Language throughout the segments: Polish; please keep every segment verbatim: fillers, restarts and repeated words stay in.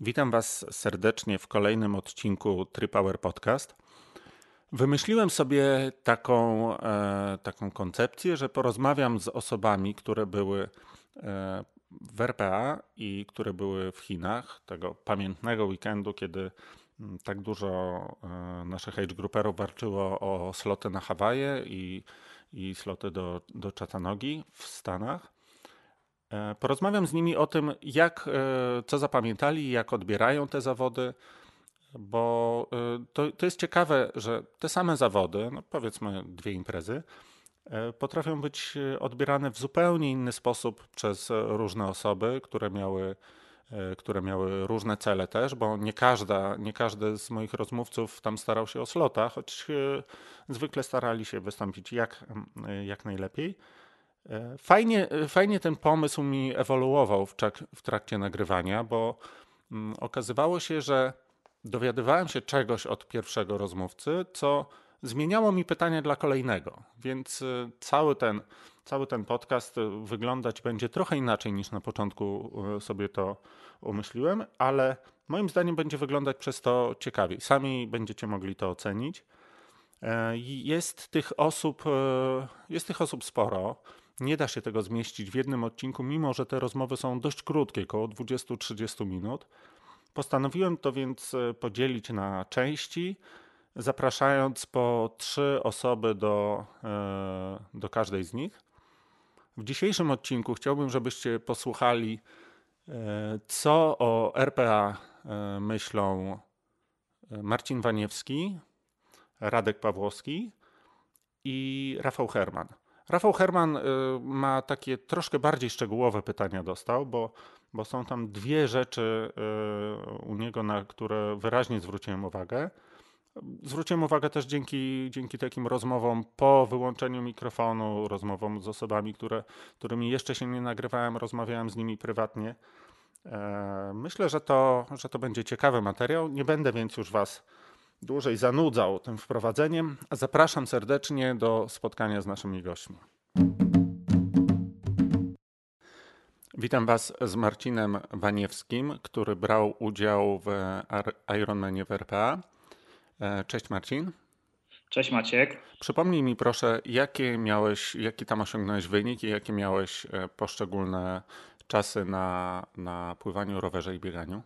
Witam Was serdecznie w kolejnym odcinku TriPower Podcast. Wymyśliłem sobie taką, e, taką koncepcję, że porozmawiam z osobami, które były e, w R P A i które były w Chinach, tego pamiętnego weekendu, kiedy m, tak dużo e, naszych age grouperów walczyło o sloty na Hawaje i, i sloty do, do Chattanoogi w Stanach. E, Porozmawiam z nimi o tym, jak, e, co zapamiętali, jak odbierają te zawody, bo e, to, to jest ciekawe, że te same zawody, no powiedzmy dwie imprezy, e, potrafią być e, odbierane w zupełnie inny sposób przez różne osoby, które miały, e, które miały różne cele też, bo nie każda, nie każdy z moich rozmówców tam starał się o slota, choć e, zwykle starali się wystąpić jak, jak najlepiej. Fajnie, fajnie ten pomysł mi ewoluował w, czak, w trakcie nagrywania, bo mm, okazywało się, że dowiadywałem się czegoś od pierwszego rozmówcy, co zmieniało mi pytania dla kolejnego. Więc y, cały ten, cały ten podcast y, wyglądać będzie trochę inaczej niż na początku y, sobie to umyśliłem, ale moim zdaniem będzie wyglądać przez to ciekawiej. Sami będziecie mogli to ocenić. E, Jest tych osób, e, jest tych osób sporo. Nie da się tego zmieścić w jednym odcinku, mimo że te rozmowy są dość krótkie, około dwadzieścia do trzydziestu minut. Postanowiłem to więc e, podzielić na części, zapraszając po trzy osoby do, e, do każdej z nich. W dzisiejszym odcinku chciałbym, żebyście posłuchali, e, co o R P A e, myślą Marcin Waniewski, Radek Pawłowski i Rafał Herman. Rafał Herman y, ma takie troszkę bardziej szczegółowe pytania dostał, bo, bo są tam dwie rzeczy y, u niego, na które wyraźnie zwróciłem uwagę. Zwróciłem uwagę też dzięki, dzięki takim rozmowom po wyłączeniu mikrofonu, rozmowom z osobami, które, którymi jeszcze się nie nagrywałem, rozmawiałem z nimi prywatnie. E, Myślę, że to, że to będzie ciekawy materiał. Nie będę więc już Was dłużej zanudzał tym wprowadzeniem. Zapraszam serdecznie do spotkania z naszymi gośćmi. Witam Was z Marcinem Waniewskim, który brał udział w Ironmanie w R P A. Cześć Marcin. Cześć Maciek. Przypomnij mi proszę, jakie miałeś, jaki tam osiągnąłeś wynik i jakie miałeś poszczególne czasy na, na pływaniu, rowerze i bieganiu?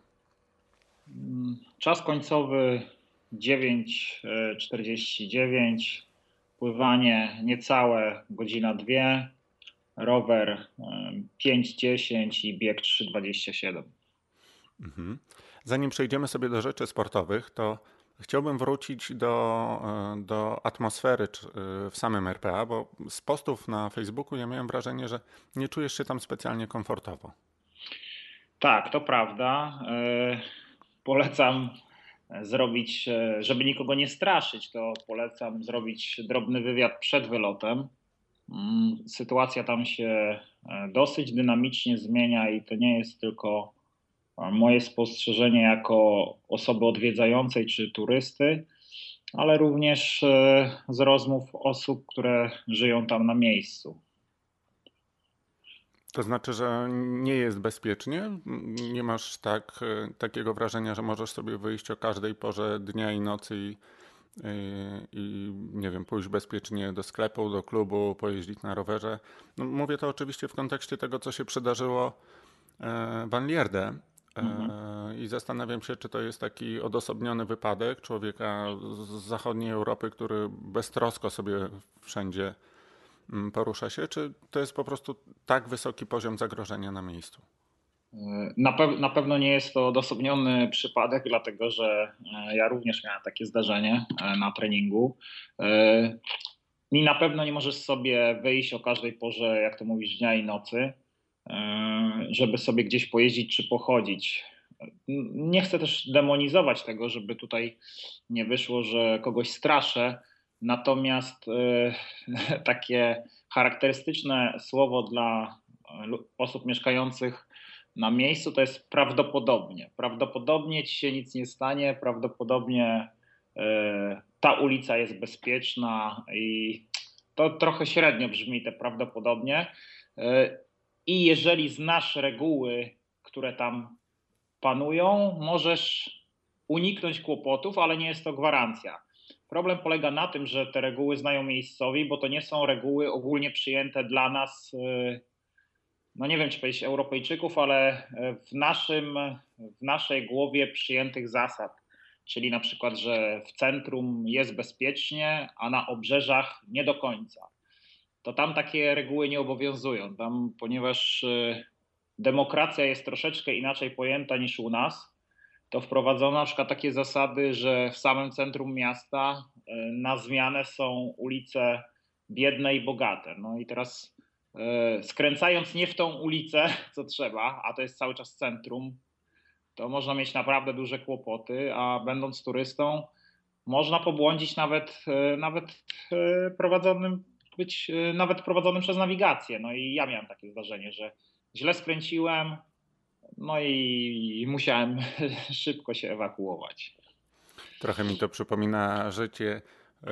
Czas końcowy dziewięć czterdzieści dziewięć, pływanie niecałe godzina dwie, rower pięć dziesięć i bieg trzy dwadzieścia siedem. Mhm. Zanim przejdziemy sobie do rzeczy sportowych, to chciałbym wrócić do, do atmosfery w samym R P A, bo z postów na Facebooku ja miałem wrażenie, że nie czujesz się tam specjalnie komfortowo. Tak, to prawda. Polecam zrobić, żeby nikogo nie straszyć, to polecam zrobić drobny wywiad przed wylotem. Sytuacja tam się dosyć dynamicznie zmienia i to nie jest tylko moje spostrzeżenie jako osoby odwiedzającej czy turysty, ale również z rozmów osób, które żyją tam na miejscu. To znaczy, że nie jest bezpiecznie? Nie masz tak, takiego wrażenia, że możesz sobie wyjść o każdej porze dnia i nocy i, i, i nie wiem, pójść bezpiecznie do sklepu, do klubu, pojeździć na rowerze? No, mówię to oczywiście w kontekście tego, co się przydarzyło Van Lierde. Mhm. I zastanawiam się, czy to jest taki odosobniony wypadek człowieka z zachodniej Europy, który beztrosko sobie wszędzie porusza się, czy to jest po prostu tak wysoki poziom zagrożenia na miejscu? Na, pe- na pewno nie jest to odosobniony przypadek, dlatego że ja również miałem takie zdarzenie na treningu. I na pewno nie możesz sobie wyjść o każdej porze, jak to mówisz, dnia i nocy, żeby sobie gdzieś pojeździć czy pochodzić. Nie chcę też demonizować tego, żeby tutaj nie wyszło, że kogoś straszę. Natomiast takie charakterystyczne słowo dla osób mieszkających na miejscu to jest prawdopodobnie. Prawdopodobnie ci się nic nie stanie, prawdopodobnie ta ulica jest bezpieczna i to trochę średnio brzmi te prawdopodobnie. I jeżeli znasz reguły, które tam panują, możesz uniknąć kłopotów, ale nie jest to gwarancja. Problem polega na tym, że te reguły znają miejscowi, bo to nie są reguły ogólnie przyjęte dla nas, no nie wiem czy powiedzieć Europejczyków, ale w, naszym, w naszej głowie przyjętych zasad. Czyli na przykład, że w centrum jest bezpiecznie, a na obrzeżach nie do końca. To tam takie reguły nie obowiązują. Tam, ponieważ demokracja jest troszeczkę inaczej pojęta niż u nas, to wprowadzono na przykład takie zasady, że w samym centrum miasta na zmianę są ulice biedne i bogate. No i teraz skręcając nie w tą ulicę, co trzeba, a to jest cały czas centrum, to można mieć naprawdę duże kłopoty, a będąc turystą można pobłądzić nawet, nawet prowadzonym, być nawet prowadzonym przez nawigację. No i ja miałem takie zdarzenie, że źle skręciłem, no i musiałem szybko się ewakuować. Trochę mi to przypomina życie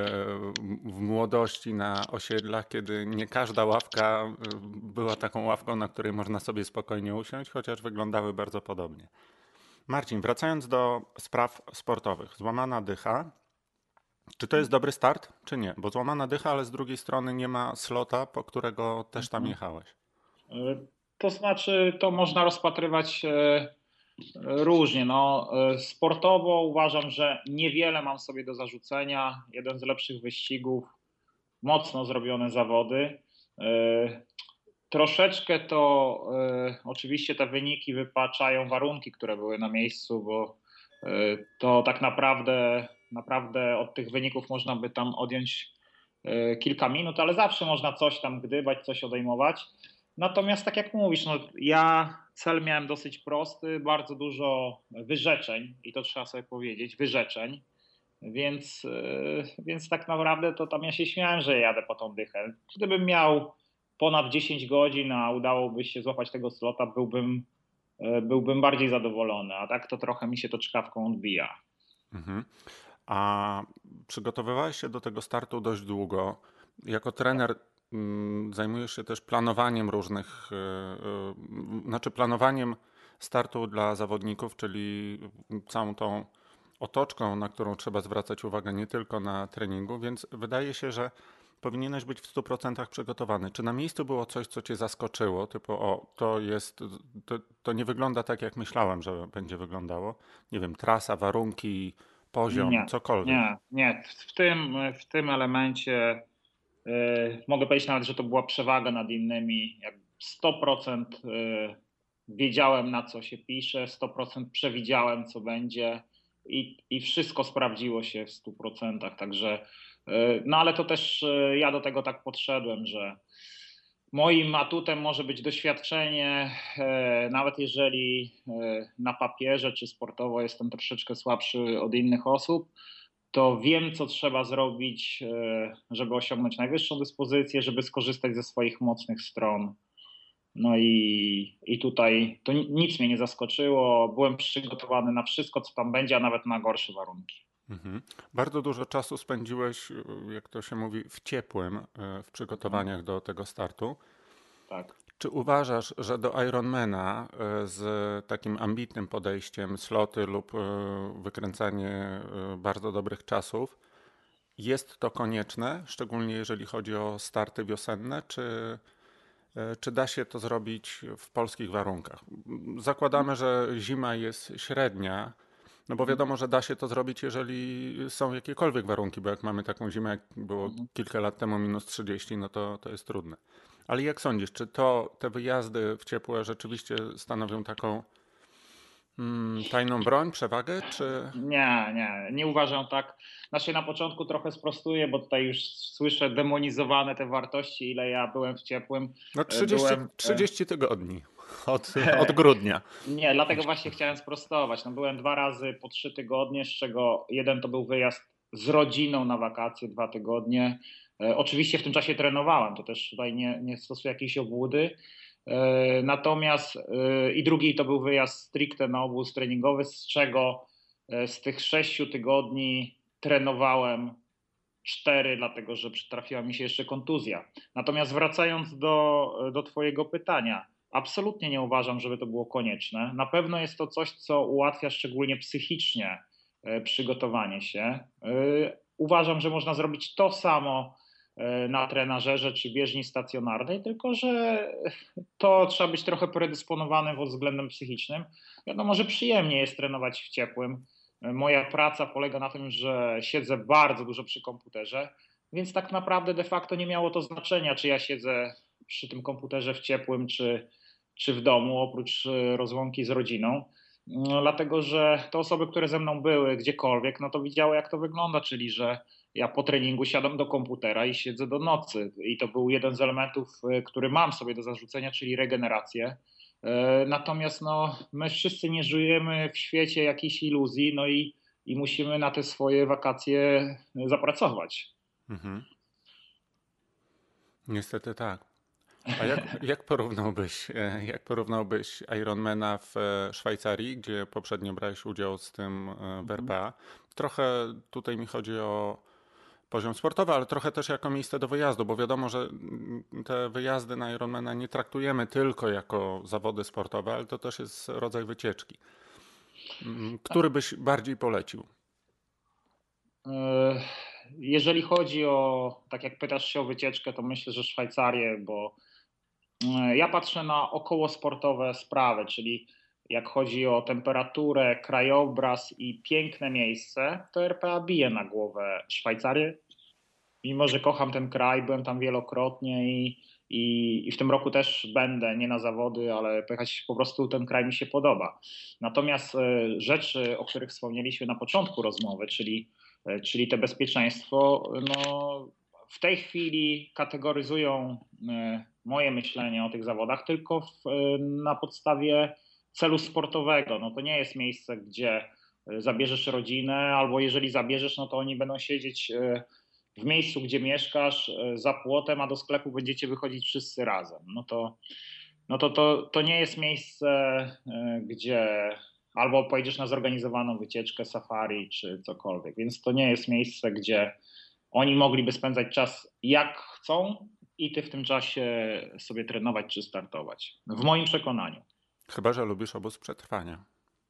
w młodości na osiedlach, kiedy nie każda ławka była taką ławką, na której można sobie spokojnie usiąść, chociaż wyglądały bardzo podobnie. Marcin, wracając do spraw sportowych. Złamana dycha. Czy to jest dobry start, czy nie? Bo złamana dycha, ale z drugiej strony nie ma slota, po którego też tam jechałeś. To znaczy, to można rozpatrywać różnie. No, sportowo uważam, że niewiele mam sobie do zarzucenia. Jeden z lepszych wyścigów, mocno zrobione zawody. Troszeczkę to oczywiście te wyniki wypaczają warunki, które były na miejscu, bo to tak naprawdę, naprawdę od tych wyników można by tam odjąć kilka minut, ale zawsze można coś tam gdybać, coś odejmować. Natomiast tak jak mówisz, no ja cel miałem dosyć prosty, bardzo dużo wyrzeczeń i to trzeba sobie powiedzieć, wyrzeczeń, więc, więc tak naprawdę to tam ja się śmiałem, że jadę po tą dychę. Gdybym miał ponad dziesięć godzin, a udałoby się złapać tego slota, byłbym, byłbym bardziej zadowolony, a tak to trochę mi się to czkawką odbija. Mhm. A przygotowywałeś się do tego startu dość długo. Jako trener zajmujesz się też planowaniem różnych, znaczy planowaniem startu dla zawodników, czyli całą tą otoczką, na którą trzeba zwracać uwagę nie tylko na treningu, więc wydaje się, że powinieneś być w stu procentach przygotowany. Czy na miejscu było coś, co cię zaskoczyło? Typu, o, to jest, to, to nie wygląda tak, jak myślałem, że będzie wyglądało. Nie wiem, trasa, warunki, poziom, Nie, cokolwiek. nie, nie. W tym, w tym elemencie yy, mogę powiedzieć nawet, że to była przewaga nad innymi. Jak sto procent yy, wiedziałem, na co się pisze, sto procent przewidziałem, co będzie i, i wszystko sprawdziło się w stu procentach. Także, yy, no ale to też yy, ja do tego tak podszedłem, że moim atutem może być doświadczenie, nawet jeżeli na papierze czy sportowo jestem troszeczkę słabszy od innych osób, to wiem, co trzeba zrobić, żeby osiągnąć najwyższą dyspozycję, żeby skorzystać ze swoich mocnych stron. No i, i tutaj to nic mnie nie zaskoczyło. Byłem przygotowany na wszystko, co tam będzie, a nawet na gorsze warunki. Mhm. Bardzo dużo czasu spędziłeś, jak to się mówi, w ciepłym, w przygotowaniach do tego startu. Tak. Czy uważasz, że do Ironmana z takim ambitnym podejściem, sloty lub wykręcanie bardzo dobrych czasów, jest to konieczne, szczególnie jeżeli chodzi o starty wiosenne, czy, czy da się to zrobić w polskich warunkach? Zakładamy, że zima jest średnia, no bo wiadomo, że da się to zrobić, jeżeli są jakiekolwiek warunki, bo jak mamy taką zimę, jak było kilka lat temu minus trzydzieści, no to, to jest trudne. Ale jak sądzisz, czy to te wyjazdy w ciepłe rzeczywiście stanowią taką mm, tajną broń, przewagę, czy... Nie, nie, nie uważam tak. Znaczy na początku trochę sprostuję, bo tutaj już słyszę demonizowane te wartości, ile ja byłem w ciepłym. No trzydzieści, Byłem... trzydzieści tygodni od, od grudnia. Nie, dlatego właśnie chciałem sprostować. No, byłem dwa razy po trzy tygodnie, z czego jeden to był wyjazd z rodziną na wakacje, dwa tygodnie. Oczywiście w tym czasie trenowałem, to też tutaj nie, nie stosuję jakiejś obłudy. Natomiast i drugi to był wyjazd stricte na obóz treningowy, z czego z tych sześciu tygodni trenowałem cztery, dlatego że przytrafiła mi się jeszcze kontuzja. Natomiast wracając do, do twojego pytania, absolutnie nie uważam, żeby to było konieczne. Na pewno jest to coś, co ułatwia szczególnie psychicznie e, przygotowanie się. E, Uważam, że można zrobić to samo e, na trenażerze czy bieżni stacjonarnej, tylko że to trzeba być trochę predysponowanym pod względem psychicznym. Wiadomo, że przyjemnie jest trenować w ciepłym. Moja praca polega na tym, że siedzę bardzo dużo przy komputerze, więc tak naprawdę de facto nie miało to znaczenia, czy ja siedzę przy tym komputerze w ciepłym, czy, czy w domu, oprócz e, rozłąki z rodziną. No, dlatego, że te osoby, które ze mną były gdziekolwiek, no to widziały, jak to wygląda, czyli że ja po treningu siadam do komputera i siedzę do nocy. I to był jeden z elementów, e, który mam sobie do zarzucenia, czyli regenerację. E, Natomiast no, my wszyscy nie żyjemy w świecie jakichś iluzji, no i, i musimy na te swoje wakacje zapracować. Mhm. Niestety tak. A jak, jak porównałbyś, e, jak porównałbyś Ironmana w e, Szwajcarii, gdzie poprzednio brałeś udział z tym e, w Mhm. R P A? Trochę tutaj mi chodzi o poziom sportowy, ale trochę też jako miejsce do wyjazdu, bo wiadomo, że mm, te wyjazdy na Ironmana nie traktujemy tylko jako zawody sportowe, ale to też jest rodzaj wycieczki. Mm, Który byś bardziej polecił? E, Jeżeli chodzi o, tak jak pytasz się o wycieczkę, to myślę, że Szwajcarię, bo e, ja patrzę na okołosportowe sprawy, czyli jak chodzi o temperaturę, krajobraz i piękne miejsce, to R P A bije na głowę Szwajcarię. Mimo że kocham ten kraj, byłem tam wielokrotnie i, i, i w tym roku też będę, nie na zawody, ale pojechać po prostu ten kraj mi się podoba. Natomiast e, rzeczy, o których wspomnieliśmy na początku rozmowy, czyli, e, czyli te bezpieczeństwo, no w tej chwili kategoryzują e, moje myślenie o tych zawodach tylko w, e, na podstawie celu sportowego. No to nie jest miejsce, gdzie e, zabierzesz rodzinę, albo jeżeli zabierzesz, no to oni będą siedzieć e, w miejscu, gdzie mieszkasz, e, za płotem, a do sklepu będziecie wychodzić wszyscy razem. No to, no to, to, to nie jest miejsce, e, gdzie albo pojedziesz na zorganizowaną wycieczkę safari czy cokolwiek. Więc to nie jest miejsce, gdzie oni mogliby spędzać czas jak chcą i ty w tym czasie sobie trenować czy startować. W moim przekonaniu. Chyba że lubisz obóz przetrwania.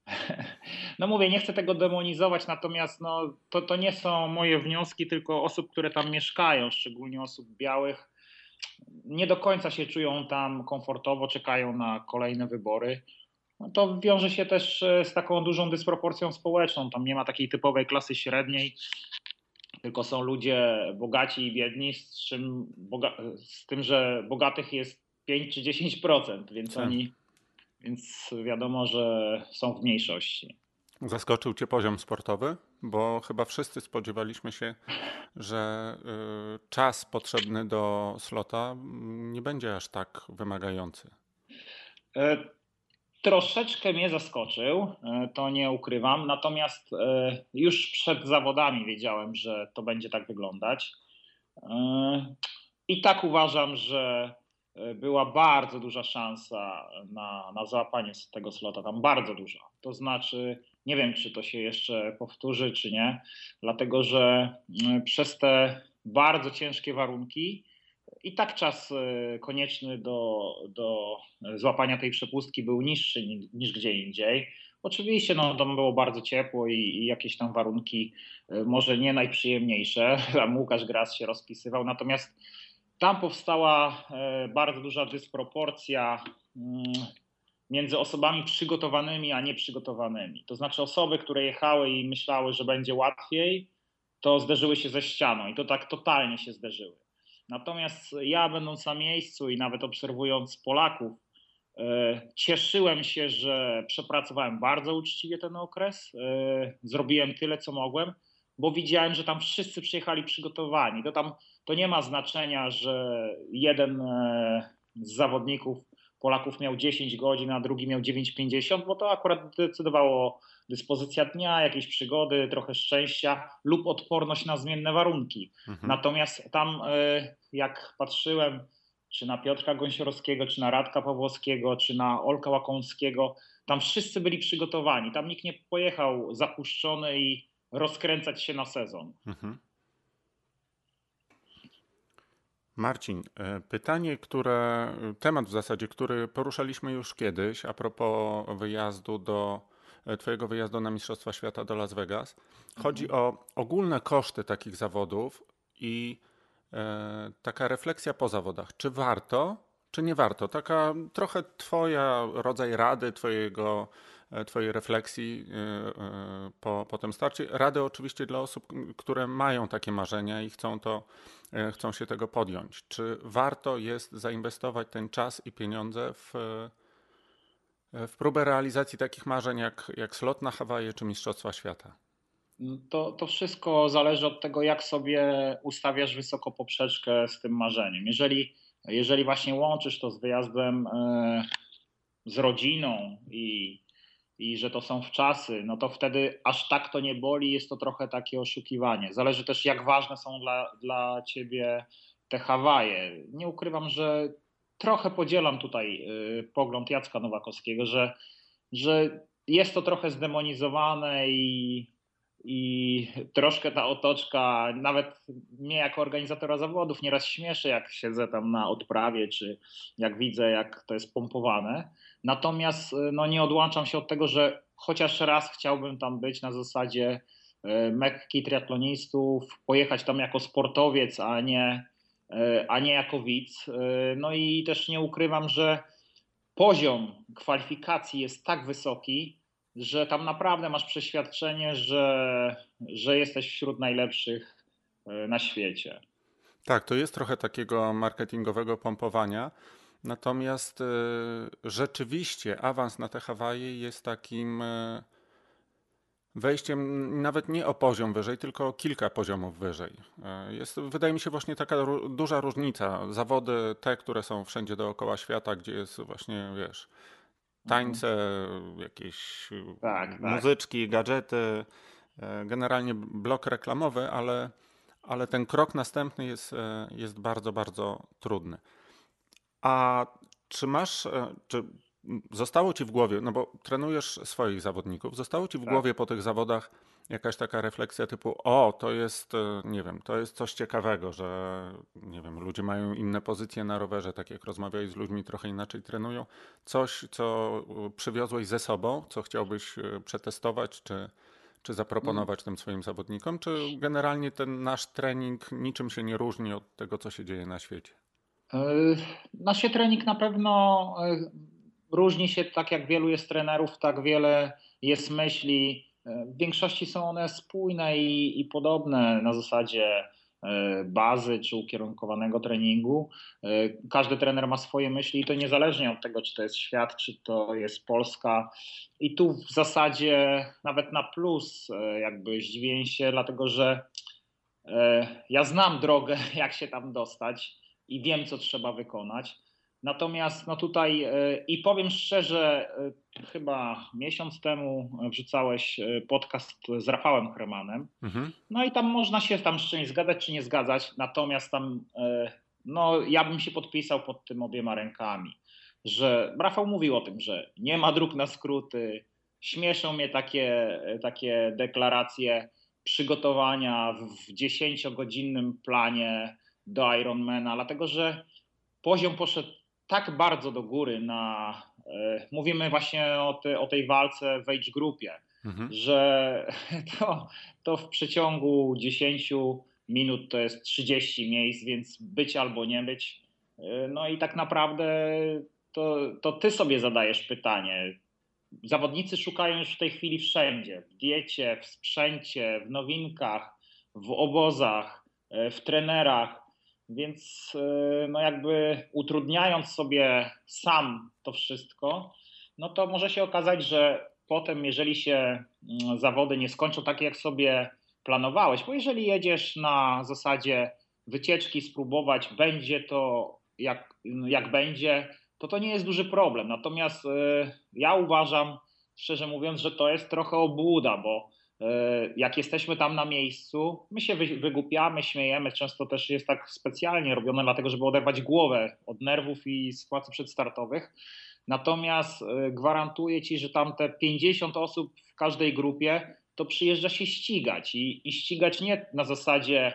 No mówię, nie chcę tego demonizować, natomiast no, to, to nie są moje wnioski, tylko osób, które tam mieszkają, szczególnie osób białych. Nie do końca się czują tam komfortowo, czekają na kolejne wybory. No to wiąże się też e, z taką dużą dysproporcją społeczną. Tam nie ma takiej typowej klasy średniej, tylko są ludzie bogaci i biedni, z, czym, boga- z tym, że bogatych jest pięć czy dziesięć procent, więc Czy oni, więc wiadomo, że są w mniejszości. zaskoczył cię poziom sportowy? Bo chyba wszyscy spodziewaliśmy się, że y, czas potrzebny do slota mm, nie będzie aż tak wymagający. E, Troszeczkę mnie zaskoczył, e, to nie ukrywam. Natomiast e, już przed zawodami wiedziałem, że to będzie tak wyglądać. E, I tak uważam, że e, była bardzo duża szansa na, na załapanie z tego slota, tam bardzo duża. To znaczy, nie wiem, czy to się jeszcze powtórzy, czy nie, dlatego że mm, przez te bardzo ciężkie warunki i tak czas e, konieczny do, do złapania tej przepustki był niższy ni- niż gdzie indziej. Oczywiście no, tam było bardzo ciepło i, i jakieś tam warunki e, może nie najprzyjemniejsze. Tam Łukasz Gras się rozpisywał, natomiast tam powstała e, bardzo duża dysproporcja mm, między osobami przygotowanymi a nieprzygotowanymi. To znaczy osoby, które jechały i myślały, że będzie łatwiej, to zderzyły się ze ścianą i to tak totalnie się zderzyły. Natomiast ja, będąc na miejscu i nawet obserwując Polaków, e, cieszyłem się, że przepracowałem bardzo uczciwie ten okres. e, Zrobiłem tyle, co mogłem, bo widziałem, że tam wszyscy przyjechali przygotowani. To tam to nie ma znaczenia, że jeden e, z zawodników Polaków miał dziesięć godzin, a drugi miał dziewięć pięćdziesiąt, bo to akurat decydowało dyspozycja dnia, jakieś przygody, trochę szczęścia lub odporność na zmienne warunki. Mhm. Natomiast tam e, jak patrzyłem czy na Piotrka Gąsiorowskiego, czy na Radka Pawłowskiego, czy na Olka Łakomskiego, tam wszyscy byli przygotowani. Tam nikt nie pojechał zapuszczony i rozkręcać się na sezon. Mhm. Marcin, pytanie, które, temat w zasadzie, który poruszaliśmy już kiedyś a propos wyjazdu do, twojego wyjazdu na Mistrzostwa Świata do Las Vegas. Chodzi Mhm. o ogólne koszty takich zawodów i e, taka refleksja po zawodach. Czy warto, czy nie warto? Taka trochę twoja rodzaj rady, twojego, e, twojej refleksji e, e, po, po tym starcie. Rady oczywiście dla osób, które mają takie marzenia i chcą to e, chcą się tego podjąć. Czy warto jest zainwestować ten czas i pieniądze w, e, w próbę realizacji takich marzeń jak, jak slot na Hawaje czy Mistrzostwa Świata? To, to wszystko zależy od tego, jak sobie ustawiasz wysoko poprzeczkę z tym marzeniem. Jeżeli, jeżeli właśnie łączysz to z wyjazdem e, z rodziną i, i że to są wczasy, no to wtedy aż tak to nie boli, jest to trochę takie oszukiwanie. Zależy też, jak ważne są dla, dla ciebie te Hawaje. Nie ukrywam, że trochę podzielam tutaj y, pogląd Jacka Nowakowskiego, że, że jest to trochę zdemonizowane i, i troszkę ta otoczka, nawet mnie jako organizatora zawodów nieraz śmieszy, jak siedzę tam na odprawie, czy jak widzę, jak to jest pompowane. Natomiast no, nie odłączam się od tego, że chociaż raz chciałbym tam być na zasadzie e, Mekki triatlonistów, pojechać tam jako sportowiec, a nie, e, a nie jako widz. E, No i też nie ukrywam, że poziom kwalifikacji jest tak wysoki, że tam naprawdę masz przeświadczenie, że, że jesteś wśród najlepszych e, na świecie. Tak, to jest trochę takiego marketingowego pompowania. Natomiast e, rzeczywiście awans na te Hawaje jest takim e, wejściem nawet nie o poziom wyżej, tylko o kilka poziomów wyżej. E, Jest, wydaje mi się, właśnie taka ró- duża różnica. Zawody te, które są wszędzie dookoła świata, gdzie jest właśnie, wiesz, Mhm. tańce, jakieś Tak, tak. muzyczki, gadżety, e, generalnie blok reklamowy, ale, ale ten krok następny jest, e, jest bardzo, bardzo trudny. A czy masz, e, czy zostało ci w głowie, no bo trenujesz swoich zawodników, zostało ci w Tak. głowie po tych zawodach jakaś taka refleksja typu, o, to jest, e, nie wiem, to jest coś ciekawego, że, nie wiem, ludzie mają inne pozycje na rowerze, tak jak rozmawiałeś z ludźmi, trochę inaczej trenują. Coś, co e, przywiozłeś ze sobą, co chciałbyś e, przetestować, czy, czy zaproponować tym swoim zawodnikom, czy generalnie ten nasz trening niczym się nie różni od tego, co się dzieje na świecie? Nasz trening na pewno e, różni się, tak jak wielu jest trenerów, tak wiele jest myśli. E, W większości są one spójne i, i podobne na zasadzie e, bazy czy ukierunkowanego treningu. E, Każdy trener ma swoje myśli i to niezależnie od tego, czy to jest świat, czy to jest Polska. I tu w zasadzie nawet na plus e, jakby zdziwię się, dlatego że E, ja znam drogę, jak się tam dostać i wiem, co trzeba wykonać. Natomiast no tutaj e, i powiem szczerze, e, chyba miesiąc temu wrzucałeś e, podcast z Rafałem Hermanem. Mhm. No i tam można się tam z czymś zgadzać czy nie zgadzać. Natomiast tam e, no ja bym się podpisał pod tym obiema rękami, że Rafał mówił o tym, że nie ma dróg na skróty. Śmieszą mnie takie, takie deklaracje przygotowania w dziesięciogodzinnym planie do Ironmana, dlatego że poziom poszedł tak bardzo do góry na, e, mówimy właśnie o, te, o tej walce w age grupie, Mhm. że to, to w przeciągu dziesięciu minut to jest trzydzieści miejsc, więc być albo nie być. E, No i tak naprawdę to, to ty sobie zadajesz pytanie. Zawodnicy szukają już w tej chwili wszędzie. W diecie, w sprzęcie, w nowinkach, w obozach, e, w trenerach. Więc e, no jakby utrudniając sobie sam to wszystko, no to może się okazać, że potem, jeżeli się mm, zawody nie skończą tak, jak sobie planowałeś, bo jeżeli jedziesz na zasadzie wycieczki, spróbować, będzie to jak, jak będzie, to to nie jest duży problem. Natomiast e, ja uważam, szczerze mówiąc, że to jest trochę obłuda, bo e, jak jesteśmy tam na miejscu, my się wygłupiamy, śmiejemy, często też jest tak specjalnie robione, dlatego żeby oderwać głowę od nerwów i sytuacji przedstartowych. Natomiast e, gwarantuję ci, że tam te pięćdziesiąt osób w każdej grupie to przyjeżdża się ścigać i, i ścigać nie na zasadzie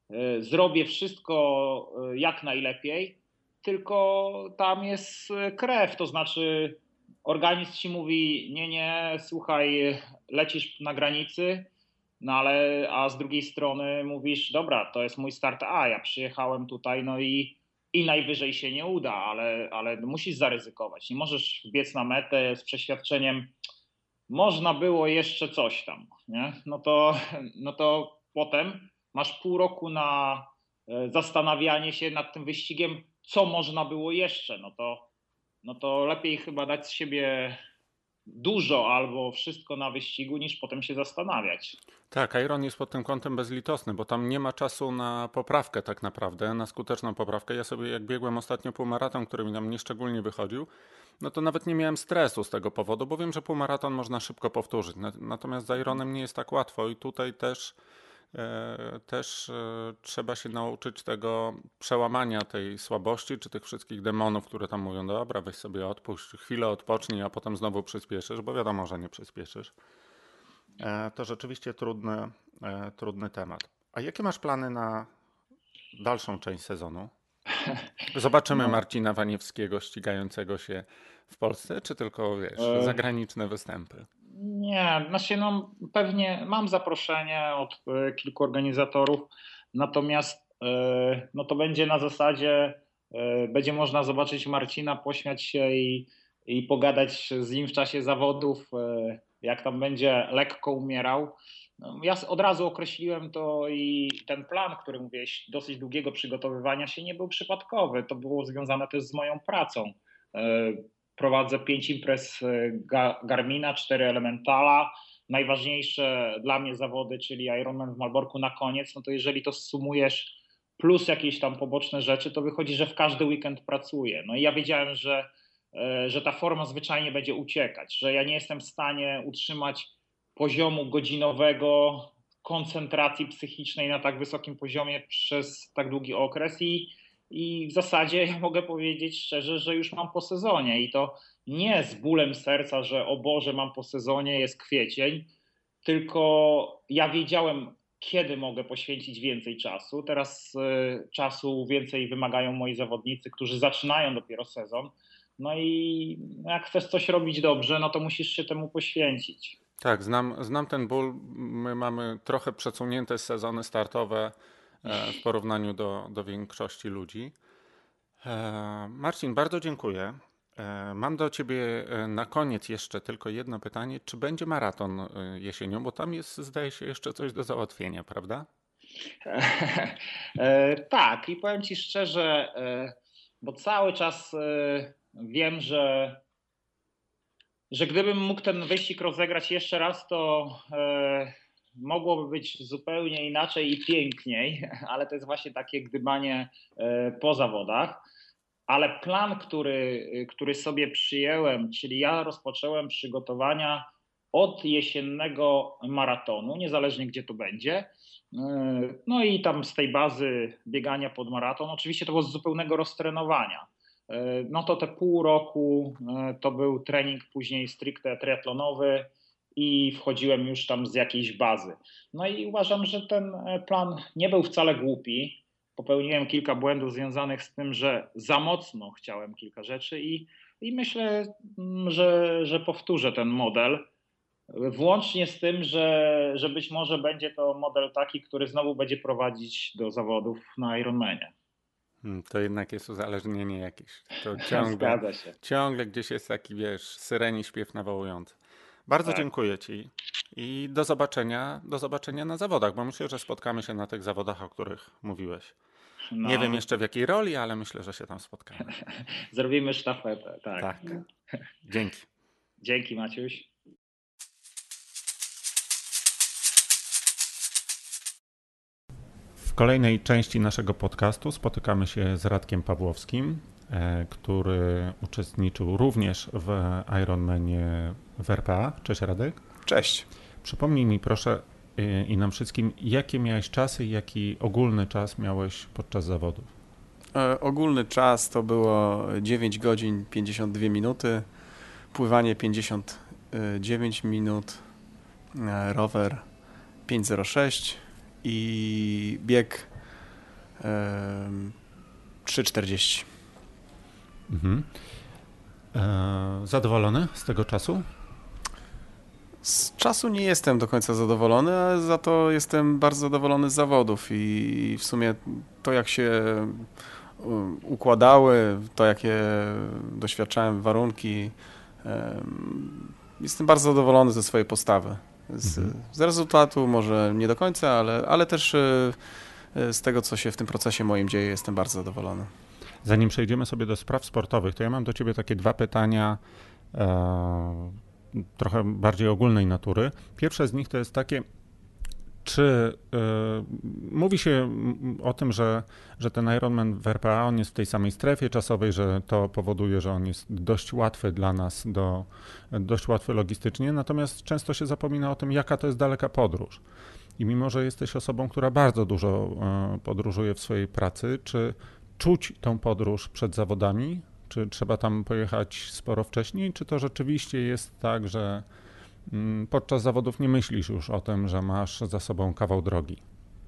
zrobię wszystko jak najlepiej, tylko tam jest krew, to znaczy organizm ci mówi, nie, nie, słuchaj, lecisz na granicy, no ale a z drugiej strony mówisz, dobra, to jest mój start A, ja przyjechałem tutaj, no i, i najwyżej się nie uda, ale, ale musisz zaryzykować. Nie możesz biec na metę z przeświadczeniem, można było jeszcze coś tam, nie? No to, no to potem masz pół roku na zastanawianie się nad tym wyścigiem, co można było jeszcze, no to, no to lepiej chyba dać z siebie dużo albo wszystko na wyścigu, niż potem się zastanawiać. Tak, Iron jest pod tym kątem bezlitosny, bo tam nie ma czasu na poprawkę tak naprawdę, na skuteczną poprawkę. Ja sobie jak biegłem ostatnio półmaraton, który mi tam nieszczególnie wychodził, no to nawet nie miałem stresu z tego powodu, bo wiem, że półmaraton można szybko powtórzyć. Natomiast z Ironem nie jest tak łatwo i tutaj też E, też e, trzeba się nauczyć tego przełamania tej słabości, czy tych wszystkich demonów, które tam mówią, dobra, weź sobie odpuść, chwilę odpocznij, a potem znowu przyspieszysz, bo wiadomo, że nie przyspieszysz. E, To rzeczywiście trudny, e, trudny temat. A jakie masz plany na dalszą część sezonu? Zobaczymy No, Marcina Waniewskiego ścigającego się w Polsce, czy tylko, wiesz, e, zagraniczne występy? nie, znaczy no pewnie mam zaproszenie od e, kilku organizatorów, natomiast e, no to będzie na zasadzie, e, będzie można zobaczyć Marcina, pośmiać się i, i pogadać z nim w czasie zawodów, e, jak tam będzie lekko umierał. No, ja od razu określiłem to i ten plan, który mówiłeś, dosyć długiego przygotowywania się nie był przypadkowy. To było związane też z moją pracą. E, Prowadzę pięć imprez Garmina, cztery Elementala. Najważniejsze dla mnie zawody, czyli Ironman w Malborku na koniec, no to jeżeli to sumujesz plus jakieś tam poboczne rzeczy, to wychodzi, że w każdy weekend pracuję. No i ja wiedziałem, że, że ta forma zwyczajnie będzie uciekać, że ja nie jestem w stanie utrzymać poziomu godzinowego, koncentracji psychicznej na tak wysokim poziomie przez tak długi okres i i w zasadzie ja mogę powiedzieć szczerze, że już mam po sezonie i to nie z bólem serca, że o Boże, mam po sezonie, jest kwiecień, tylko ja wiedziałem, kiedy mogę poświęcić więcej czasu. Teraz y, czasu więcej wymagają moi zawodnicy, którzy zaczynają dopiero sezon. No i jak chcesz coś robić dobrze, no to musisz się temu poświęcić. Tak, znam, znam ten ból. My mamy trochę przesunięte sezony startowe e, w porównaniu do, do większości ludzi. E, Marcin, bardzo dziękuję. E, Mam do Ciebie e, na koniec jeszcze tylko jedno pytanie. Czy będzie maraton e, jesienią? Bo tam jest, zdaje się, jeszcze coś do załatwienia, prawda? E, Tak, i powiem Ci szczerze, e, bo cały czas e, wiem, że że gdybym mógł ten wyścig rozegrać jeszcze raz, to e, mogłoby być zupełnie inaczej i piękniej, ale to jest właśnie takie gdybanie e, po zawodach. Ale plan, który, który sobie przyjęłem, czyli ja rozpocząłem przygotowania od jesiennego maratonu, niezależnie gdzie to będzie. No i tam z tej bazy biegania pod maraton, oczywiście to było z zupełnego roztrenowania. No to te pół roku to był trening później stricte triatlonowy i wchodziłem już tam z jakiejś bazy. No i uważam, że ten plan nie był wcale głupi. Popełniłem kilka błędów związanych z tym, że za mocno chciałem kilka rzeczy i, i myślę, że, że powtórzę ten model. Włącznie z tym, że, że być może będzie to model taki, który znowu będzie prowadzić do zawodów na Ironmanie. Hmm, To jednak jest uzależnienie jakieś. To ciągle, Zgadza się. ciągle gdzieś jest taki, wiesz, syreni śpiew nawołujący. Bardzo Tak. dziękuję Ci i do zobaczenia, do zobaczenia na zawodach, bo myślę, że spotkamy się na tych zawodach, o których mówiłeś. Nie wiem No, jeszcze w jakiej roli, ale myślę, że się tam spotkamy. zrobimy sztafetę. Tak. Tak. Dzięki. Dzięki, Maciuś. W kolejnej części naszego podcastu spotykamy się z Radkiem Pawłowskim, e, który uczestniczył również w Ironmanie w R P A. Cześć Radek. Cześć. Przypomnij mi proszę e, i nam wszystkim, jakie miałeś czasy i jaki ogólny czas miałeś podczas zawodów. E, ogólny czas to było dziewięć godzin pięćdziesiąt dwie minuty, pływanie pięćdziesiąt dziewięć minut, e, rower pięć zero sześć i bieg trzy czterdzieści. Mhm. E, zadowolony z tego czasu? Z czasu nie jestem do końca zadowolony, ale za to jestem bardzo zadowolony z zawodów i w sumie to, jak się układały, to jakie doświadczałem warunki, jestem bardzo zadowolony ze swojej postawy. Z, mhm. z rezultatu może nie do końca, ale, ale też z tego, co się w tym procesie moim dzieje, jestem bardzo zadowolony. Zanim przejdziemy sobie do spraw sportowych, to ja mam do ciebie takie dwa pytania e, trochę bardziej ogólnej natury. Pierwsze z nich to jest takie, czy e, mówi się o tym, że, że ten Ironman w R P A, on jest w tej samej strefie czasowej, że to powoduje, że on jest dość łatwy dla nas, do, dość łatwy logistycznie, natomiast często się zapomina o tym, jaka to jest daleka podróż. I mimo, że jesteś osobą, która bardzo dużo e, podróżuje w swojej pracy, czy czuć tą podróż przed zawodami? Czy trzeba tam pojechać sporo wcześniej? Czy to rzeczywiście jest tak, że podczas zawodów nie myślisz już o tym, że masz za sobą kawał drogi?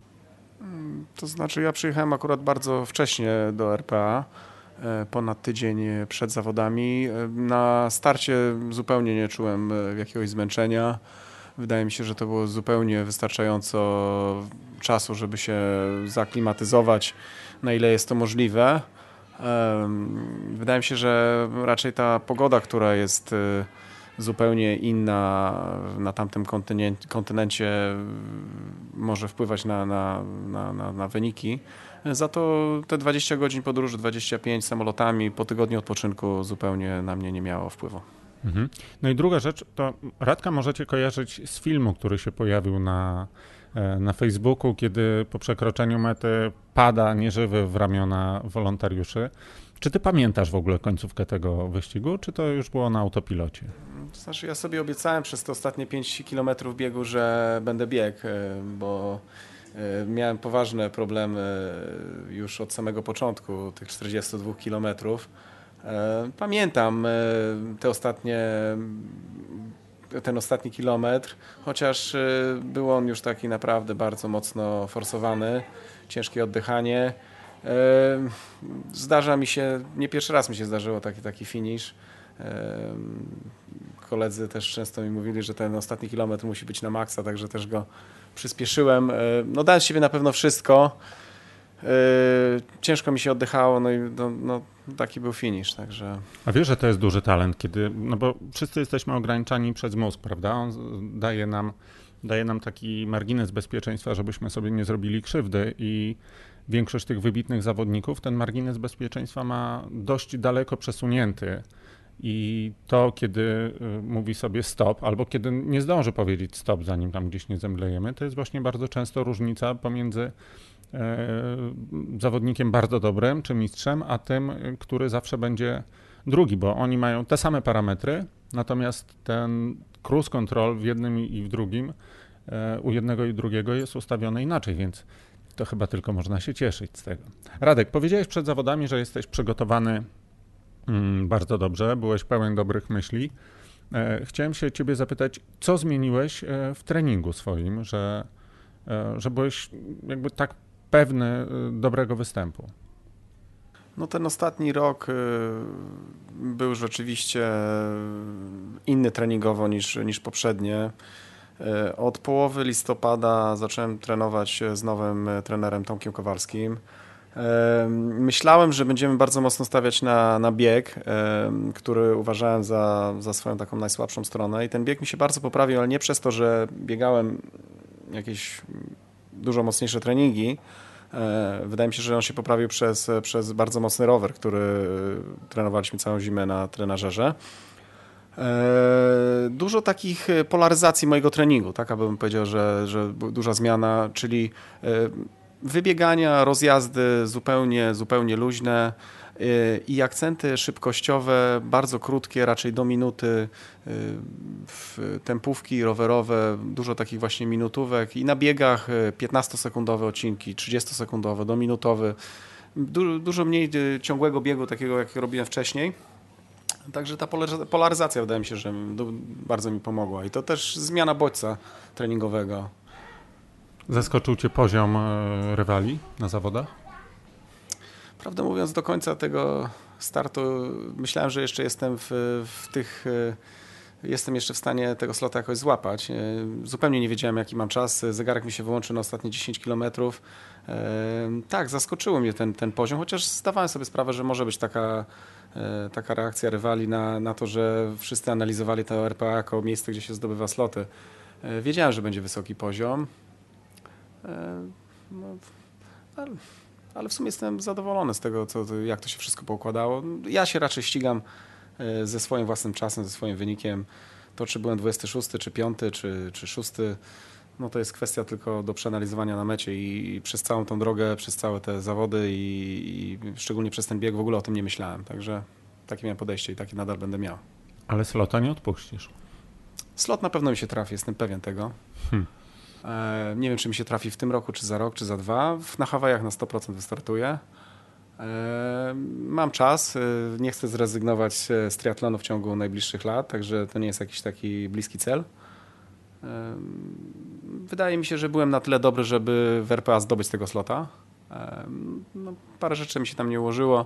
To znaczy, ja przyjechałem akurat bardzo wcześnie do R P A, ponad tydzień przed zawodami. Na starcie zupełnie nie czułem jakiegoś zmęczenia. Wydaje mi się, że to było zupełnie wystarczająco czasu, żeby się zaklimatyzować, na ile jest to możliwe. Wydaje mi się, że raczej ta pogoda, która jest zupełnie inna na tamtym kontynencie, kontynencie może wpływać na, na, na, na, na wyniki. Za to te dwadzieścia godzin podróży, dwadzieścia pięć samolotami po tygodniu odpoczynku zupełnie na mnie nie miało wpływu. Mhm. No i druga rzecz, to Radka możecie kojarzyć z filmu, który się pojawił na, na Facebooku, kiedy po przekroczeniu mety pada nieżywy w ramiona wolontariuszy. Czy ty pamiętasz w ogóle końcówkę tego wyścigu, czy to już było na autopilocie? To znaczy, ja sobie obiecałem przez te ostatnie pięć kilometrów biegu, że będę biegł, bo miałem poważne problemy już od samego początku tych czterdziestu dwóch kilometrów. Pamiętam te ostatnie, ten ostatni kilometr, chociaż był on już taki naprawdę bardzo mocno forsowany, ciężkie oddychanie. Zdarza mi się, nie pierwszy raz mi się zdarzyło taki, taki finish. Koledzy też często mi mówili, że ten ostatni kilometr musi być na maksa, także też go przyspieszyłem. No, dałem z siebie na pewno wszystko. Ciężko mi się oddychało, no i no, no, taki był finish, także... A wiesz, że to jest duży talent, kiedy, no bo wszyscy jesteśmy ograniczani przez mózg, prawda? On daje nam, daje nam taki margines bezpieczeństwa, żebyśmy sobie nie zrobili krzywdy i większość tych wybitnych zawodników ten margines bezpieczeństwa ma dość daleko przesunięty. I to, kiedy mówi sobie stop, albo kiedy nie zdąży powiedzieć stop, zanim tam gdzieś nie zemdlejemy, to jest właśnie bardzo często różnica pomiędzy e, zawodnikiem bardzo dobrym czy mistrzem, a tym, który zawsze będzie drugi, bo oni mają te same parametry, natomiast ten cruise control w jednym i w drugim, e, u jednego i drugiego jest ustawiony inaczej, więc to chyba tylko można się cieszyć z tego. Radek, powiedziałeś przed zawodami, że jesteś przygotowany bardzo dobrze, byłeś pełen dobrych myśli. Chciałem się ciebie zapytać, co zmieniłeś w treningu swoim, że, że byłeś jakby tak pewny dobrego występu? No ten ostatni rok był rzeczywiście inny treningowo niż, niż poprzednie. Od połowy listopada zacząłem trenować z nowym trenerem Tomkiem Kowalskim. Myślałem, że będziemy bardzo mocno stawiać na, na bieg, który uważałem za, za swoją taką najsłabszą stronę i ten bieg mi się bardzo poprawił, ale nie przez to, że biegałem jakieś dużo mocniejsze treningi. Wydaje mi się, że on się poprawił przez, przez bardzo mocny rower, który trenowaliśmy całą zimę na trenażerze. Dużo takich polaryzacji mojego treningu, tak abym powiedział, że, że duża zmiana, czyli wybiegania, rozjazdy zupełnie, zupełnie luźne i akcenty szybkościowe, bardzo krótkie, raczej do minuty, tempówki rowerowe, dużo takich właśnie minutówek i na biegach piętnastosekundowe odcinki, trzydziestosekundowe do minutowy. Du- dużo mniej ciągłego biegu, takiego jak robiłem wcześniej. Także ta polaryzacja wydaje mi się, że bardzo mi pomogła i to też zmiana bodźca treningowego. Zaskoczył cię poziom rywali na zawodach? Prawdę mówiąc, do końca tego startu myślałem, że jeszcze jestem w, w tych... Jestem jeszcze w stanie tego slota jakoś złapać. Zupełnie nie wiedziałem, jaki mam czas. Zegarek mi się wyłączył na ostatnie dziesięć kilometrów. Tak, zaskoczyło mnie ten, ten poziom, chociaż zdawałem sobie sprawę, że może być taka, taka reakcja rywali na, na to, że wszyscy analizowali to R P A jako miejsce, gdzie się zdobywa sloty. Wiedziałem, że będzie wysoki poziom. No, ale, ale w sumie jestem zadowolony z tego, co, jak to się wszystko poukładało. Ja się raczej ścigam ze swoim własnym czasem, ze swoim wynikiem. To, czy byłem dwudziesty szósty, czy piąty, czy, czy szósty, no to jest kwestia tylko do przeanalizowania na mecie i, i przez całą tą drogę, przez całe te zawody i, i szczególnie przez ten bieg w ogóle o tym nie myślałem. Także takie miałem podejście i takie nadal będę miał. Ale slota nie odpuścisz. Slot na pewno mi się trafi, jestem pewien tego. Hmm. E, nie wiem, czy mi się trafi w tym roku, czy za rok, czy za dwa. Na Hawajach na sto procent wystartuję. Mam czas, nie chcę zrezygnować z triatlonu w ciągu najbliższych lat, także to nie jest jakiś taki bliski cel. Wydaje mi się, że byłem na tyle dobry, żeby w R P A zdobyć tego slota. No, parę rzeczy mi się tam nie ułożyło.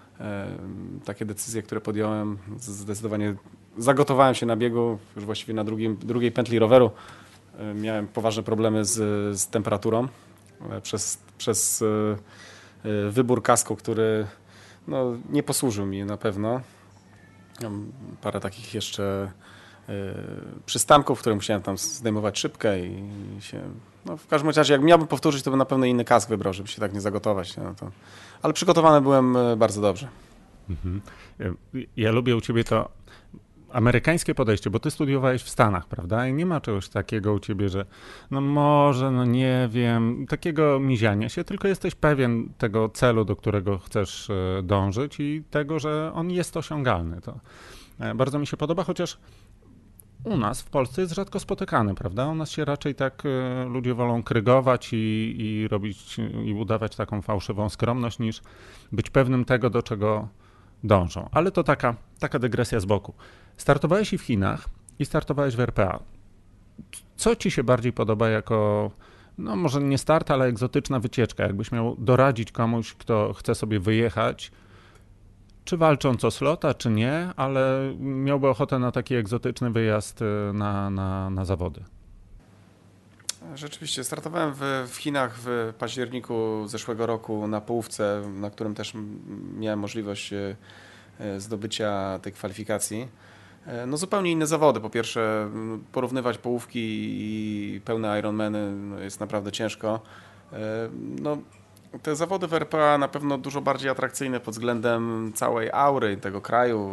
Takie decyzje, które podjąłem, zdecydowanie zagotowałem się na biegu, już właściwie na drugim, drugiej pętli roweru. Miałem poważne problemy z, z temperaturą przez, przez wybór kasku, który no, nie posłużył mi na pewno. Mam parę takich jeszcze y, przystanków, w których musiałem tam zdejmować szybkę i, i się... No, w każdym razie, jak miałbym powtórzyć, to bym na pewno inny kask wybrał, żeby się tak nie zagotować. No to... Ale przygotowany byłem bardzo dobrze. Mhm. Ja lubię u ciebie to amerykańskie podejście, bo ty studiowałeś w Stanach, prawda? I nie ma czegoś takiego u ciebie, że no może, no nie wiem, takiego miziania się, tylko jesteś pewien tego celu, do którego chcesz dążyć i tego, że on jest osiągalny. To bardzo mi się podoba, chociaż u nas w Polsce jest rzadko spotykany, prawda? U nas się raczej tak ludzie wolą krygować i, i robić i udawać taką fałszywą skromność, niż być pewnym tego, do czego dążą. Ale to taka, taka dygresja z boku. Startowałeś i w Chinach i startowałeś w R P A. Co ci się bardziej podoba jako, no może nie start, ale egzotyczna wycieczka? Jakbyś miał doradzić komuś, kto chce sobie wyjechać, czy walcząc o slota, czy nie, ale miałby ochotę na taki egzotyczny wyjazd na, na, na zawody? Rzeczywiście, startowałem w, w Chinach w październiku zeszłego roku na połówce, na którym też miałem możliwość zdobycia tej kwalifikacji. No zupełnie inne zawody. Po pierwsze, porównywać połówki i pełne Ironmany no jest naprawdę ciężko. No, te zawody w R P A na pewno dużo bardziej atrakcyjne pod względem całej aury tego kraju,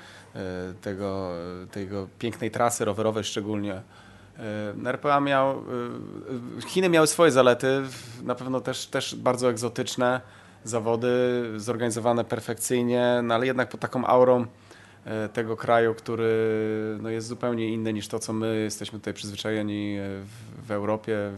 tego, tego pięknej trasy rowerowej szczególnie. R P A miał, Chiny miały swoje zalety, na pewno też, też bardzo egzotyczne zawody, zorganizowane perfekcyjnie, no ale jednak pod taką aurą tego kraju, który no jest zupełnie inny niż to, co my jesteśmy tutaj przyzwyczajeni w, w Europie.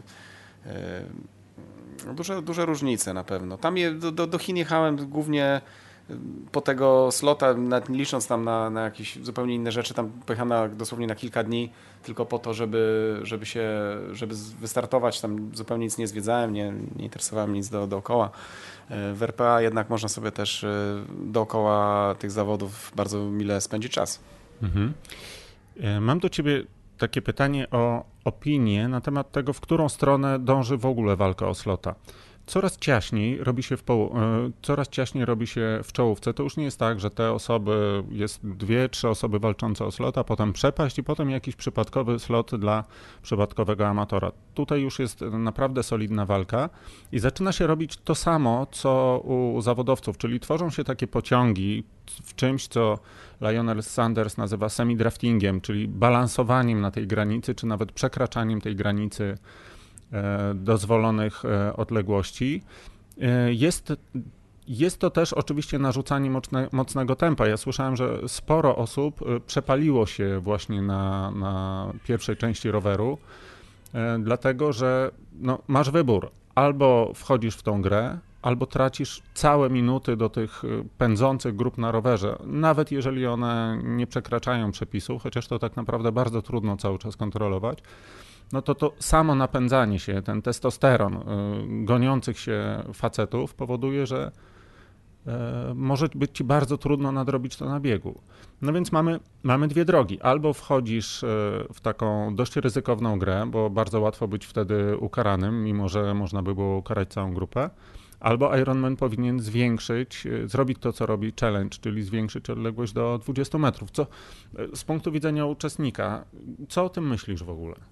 Duże, duże różnice na pewno. Tam je, do, do Chin jechałem głównie po tego slota, nie licząc tam na, na jakieś zupełnie inne rzeczy, tam pojechałem na, dosłownie na kilka dni, tylko po to, żeby, żeby się, żeby wystartować, tam zupełnie nic nie zwiedzałem, nie, nie interesowałem nic do, dookoła. W R P A jednak można sobie też dookoła tych zawodów bardzo mile spędzić czas. Mhm. Mam do ciebie takie pytanie o opinię na temat tego, w którą stronę dąży w ogóle walka o slota. Coraz ciaśniej robi się w poł- coraz ciaśniej robi się w czołówce. To już nie jest tak, że te osoby, jest dwie, trzy osoby walczące o slot, a potem przepaść i potem jakiś przypadkowy slot dla przypadkowego amatora. Tutaj już jest naprawdę solidna walka i zaczyna się robić to samo, co u zawodowców, czyli tworzą się takie pociągi w czymś, co Lionel Sanders nazywa semi-draftingiem, czyli balansowaniem na tej granicy, czy nawet przekraczaniem tej granicy dozwolonych odległości. Jest, jest to też oczywiście narzucanie mocne, mocnego tempa. Ja słyszałem, że sporo osób przepaliło się właśnie na, na pierwszej części roweru, dlatego że no, masz wybór. Albo wchodzisz w tą grę, albo tracisz całe minuty do tych pędzących grup na rowerze, nawet jeżeli one nie przekraczają przepisów, chociaż to tak naprawdę bardzo trudno cały czas kontrolować. No to to samo napędzanie się, ten testosteron y, goniących się facetów powoduje, że może być ci bardzo trudno nadrobić to na biegu. No więc mamy, mamy dwie drogi. Albo wchodzisz w taką dość ryzykowną grę, bo bardzo łatwo być wtedy ukaranym, mimo że można by było ukarać całą grupę. Albo Ironman powinien zwiększyć, zrobić to, co robi challenge, czyli zwiększyć odległość do dwudziestu metrów. Co z punktu widzenia uczestnika, co o tym myślisz w ogóle?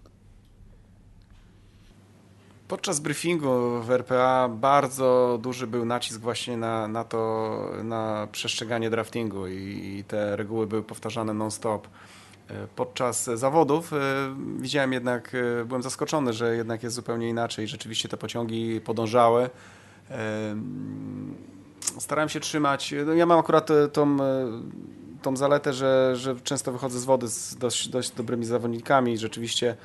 Podczas briefingu w R P A bardzo duży był nacisk właśnie na, na to, na przestrzeganie draftingu i, i te reguły były powtarzane non-stop. Podczas zawodów widziałem jednak, byłem zaskoczony, że jednak jest zupełnie inaczej. Rzeczywiście te pociągi podążały. Starałem się trzymać, no ja mam akurat tą, tą zaletę, że, że często wychodzę z wody z dość, dość dobrymi zawodnikami i rzeczywiście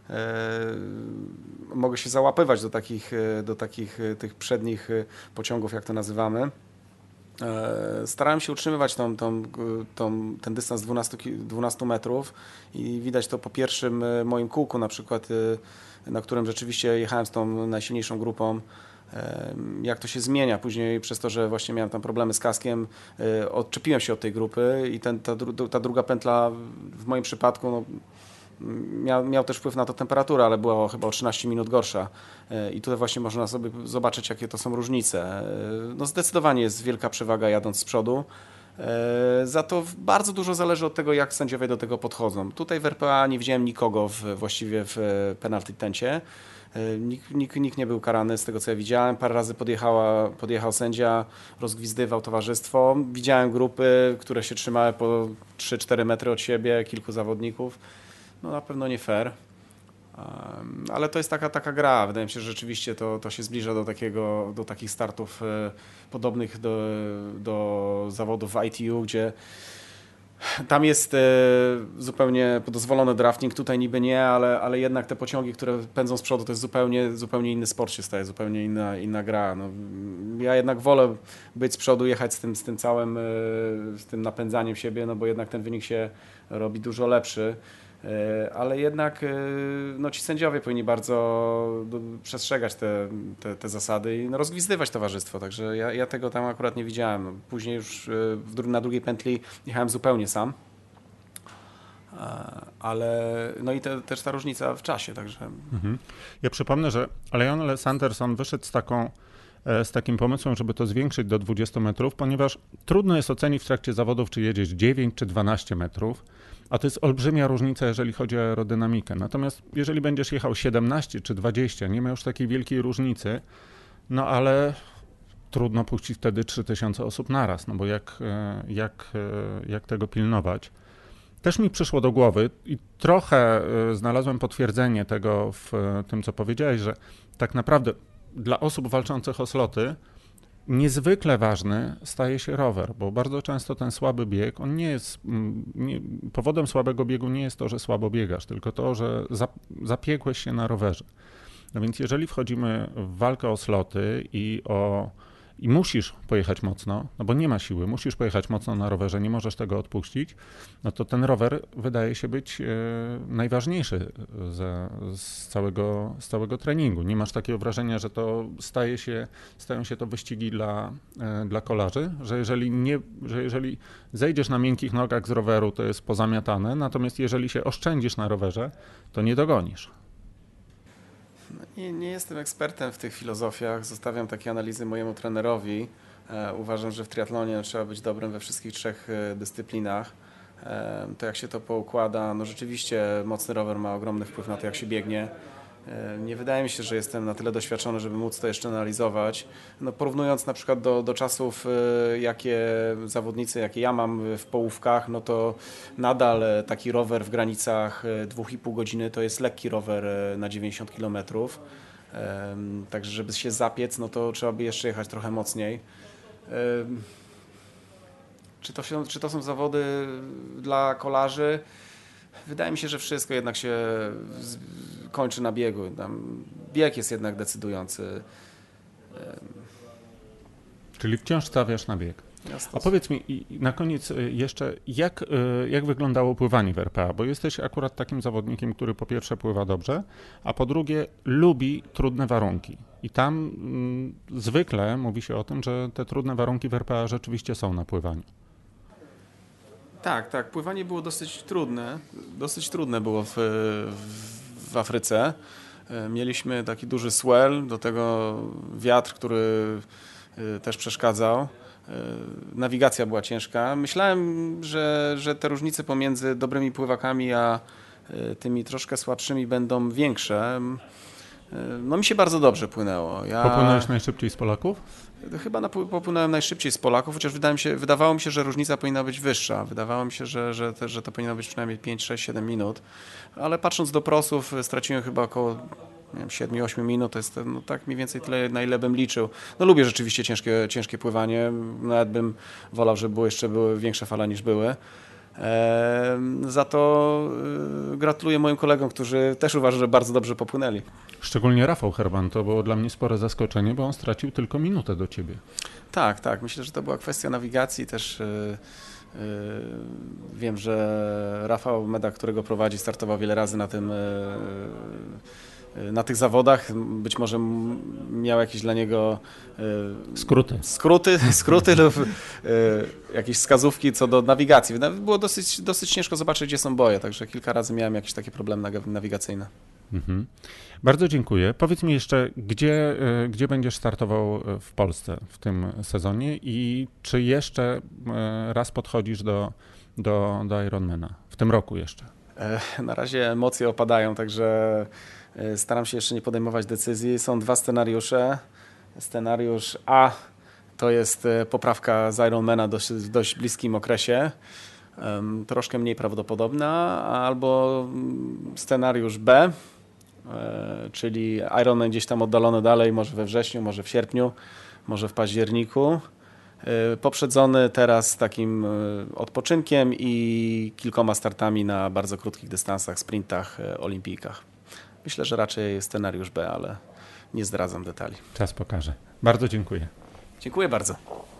mogę się załapywać do takich, do takich tych przednich pociągów, jak to nazywamy. Starałem się utrzymywać tą, tą, tą, ten dystans dwunastu metrów i widać to po pierwszym moim kółku na przykład, na którym rzeczywiście jechałem z tą najsilniejszą grupą, jak to się zmienia. Później przez to, że właśnie miałem tam problemy z kaskiem, odczepiłem się od tej grupy i ten, ta, ta druga pętla w moim przypadku no, Miał, miał też wpływ na to temperatura, ale była chyba o trzynaście minut gorsza. I tutaj właśnie można sobie zobaczyć, jakie to są różnice. No zdecydowanie jest wielka przewaga jadąc z przodu. Za to bardzo dużo zależy od tego, jak sędziowie do tego podchodzą. Tutaj w R P A nie widziałem nikogo w, właściwie w penalty tencie. Nikt, nikt, nikt nie był karany z tego, co ja widziałem. Parę razy podjechała, podjechał sędzia, rozgwizdywał towarzystwo. Widziałem grupy, które się trzymały po trzy cztery metry od siebie, kilku zawodników. No na pewno nie fair, um, ale to jest taka, taka gra. Wydaje mi się, że rzeczywiście to, to się zbliża do, takiego, do takich startów e, podobnych do, do zawodów w I T U, gdzie tam jest e, zupełnie dozwolony drafting, tutaj niby nie, ale, ale jednak te pociągi, które pędzą z przodu, to jest zupełnie, zupełnie inny sport się staje, zupełnie inna, inna gra. No, ja jednak wolę być z przodu, jechać z tym, z tym całym, e, z tym napędzaniem siebie, no bo jednak ten wynik się robi dużo lepszy. Ale jednak no, ci sędziowie powinni bardzo przestrzegać te, te, te zasady i no, rozgwizdywać towarzystwo, także ja, ja tego tam akurat nie widziałem. Później już w, na drugiej pętli jechałem zupełnie sam, ale no i te, też ta różnica w czasie, także... Mhm. Ja przypomnę, że Leon Sanderson wyszedł z taką z takim pomysłem, żeby to zwiększyć do dwudziestu metrów, ponieważ trudno jest ocenić w trakcie zawodów, czy jedziesz dziewięć czy dwanaście metrów, a to jest olbrzymia różnica, jeżeli chodzi o aerodynamikę. Natomiast jeżeli będziesz jechał siedemnaście czy dwadzieścia, nie ma już takiej wielkiej różnicy, no ale trudno puścić wtedy trzy tysiące osób naraz, no bo jak, jak, jak tego pilnować? Też mi przyszło do głowy i trochę znalazłem potwierdzenie tego w tym, co powiedziałeś, że tak naprawdę dla osób walczących o sloty niezwykle ważny staje się rower, bo bardzo często ten słaby bieg, on nie jest, nie, powodem słabego biegu nie jest to, że słabo biegasz, tylko to, że zapiekłeś się na rowerze. No więc jeżeli wchodzimy w walkę o sloty i o i musisz pojechać mocno, no bo nie ma siły, musisz pojechać mocno na rowerze, nie możesz tego odpuścić, no to ten rower wydaje się być e, najważniejszy za, z, całego, z całego treningu. Nie masz takiego wrażenia, że to staje się, stają się to wyścigi dla, e, dla kolarzy, że jeżeli, nie, że jeżeli zejdziesz na miękkich nogach z roweru, to jest pozamiatane, natomiast jeżeli się oszczędzisz na rowerze, to nie dogonisz. Nie, nie jestem ekspertem w tych filozofiach, zostawiam takie analizy mojemu trenerowi. E, uważam, że w triatlonie trzeba być dobrym we wszystkich trzech e, dyscyplinach. E, to jak się to poukłada, no rzeczywiście mocny rower ma ogromny wpływ na to, jak się biegnie. E, nie wydaje mi się, że jestem na tyle doświadczony, żeby móc to jeszcze analizować. No, porównując na przykład do, do czasów, e, jakie zawodnicy, jakie ja mam w połówkach, no to nadal taki rower w granicach dwie i pół godziny to jest lekki rower na dziewięćdziesiąt kilometrów. E, także żeby się zapiec, no to trzeba by jeszcze jechać trochę mocniej. E, czy to, się, czy to są zawody dla kolarzy? Wydaje mi się, że wszystko jednak się kończy na biegu. Tam bieg jest jednak decydujący. Czyli wciąż stawiasz na bieg. A powiedz mi i na koniec jeszcze, jak, jak wyglądało pływanie w R P A? Bo jesteś akurat takim zawodnikiem, który po pierwsze pływa dobrze, a po drugie lubi trudne warunki. I tam mm, zwykle mówi się o tym, że te trudne warunki w R P A rzeczywiście są na pływaniu. Tak, tak. Pływanie było dosyć trudne. Dosyć trudne było w, w, w Afryce. Mieliśmy taki duży swell, do tego wiatr, który też przeszkadzał. Nawigacja była ciężka. Myślałem, że, że te różnice pomiędzy dobrymi pływakami a tymi troszkę słabszymi będą większe. No mi się bardzo dobrze płynęło. Ja... Popłynąłeś najszybciej z Polaków? Chyba na, popłynąłem najszybciej z Polaków, chociaż wydaje mi się, wydawało mi się, że różnica powinna być wyższa. Wydawało mi się, że, że, te, że to powinno być przynajmniej pięć, sześć, siedem minut. Ale patrząc do prosów, straciłem chyba około siedem osiem minut. To jest no, tak mniej więcej tyle, na ile bym liczył. No lubię rzeczywiście ciężkie, ciężkie pływanie. Nawet bym wolał, żeby było jeszcze były większe fale niż były. Za to gratuluję moim kolegom, którzy też uważam, że bardzo dobrze popłynęli. Szczególnie Rafał Herman, to było dla mnie spore zaskoczenie, bo on stracił tylko minutę do ciebie. Tak, tak. Myślę, że to była kwestia nawigacji też. Yy, yy, wiem, że Rafał Meda, którego prowadzi, startował wiele razy na tym yy, na tych zawodach. Być może miał jakieś dla niego yy, skróty, skróty, skróty lub yy, jakieś wskazówki co do nawigacji. Było dosyć, dosyć ciężko zobaczyć, gdzie są boje, także kilka razy miałem jakieś takie problemy nawigacyjne. Mhm. Bardzo dziękuję. Powiedz mi jeszcze, gdzie, gdzie będziesz startował w Polsce w tym sezonie i czy jeszcze raz podchodzisz do, do, do Ironmana w tym roku jeszcze? Na razie emocje opadają, także staram się jeszcze nie podejmować decyzji. Są dwa scenariusze. Scenariusz A to jest poprawka z Ironmana dość, w dość bliskim okresie, troszkę mniej prawdopodobna, albo scenariusz B, czyli Ironman gdzieś tam oddalony dalej, może we wrześniu, może w sierpniu, może w październiku. Poprzedzony teraz takim odpoczynkiem i kilkoma startami na bardzo krótkich dystansach, sprintach, olimpijkach. Myślę, że raczej scenariusz B, ale nie zdradzam detali. Czas pokaże. Bardzo dziękuję. Dziękuję bardzo.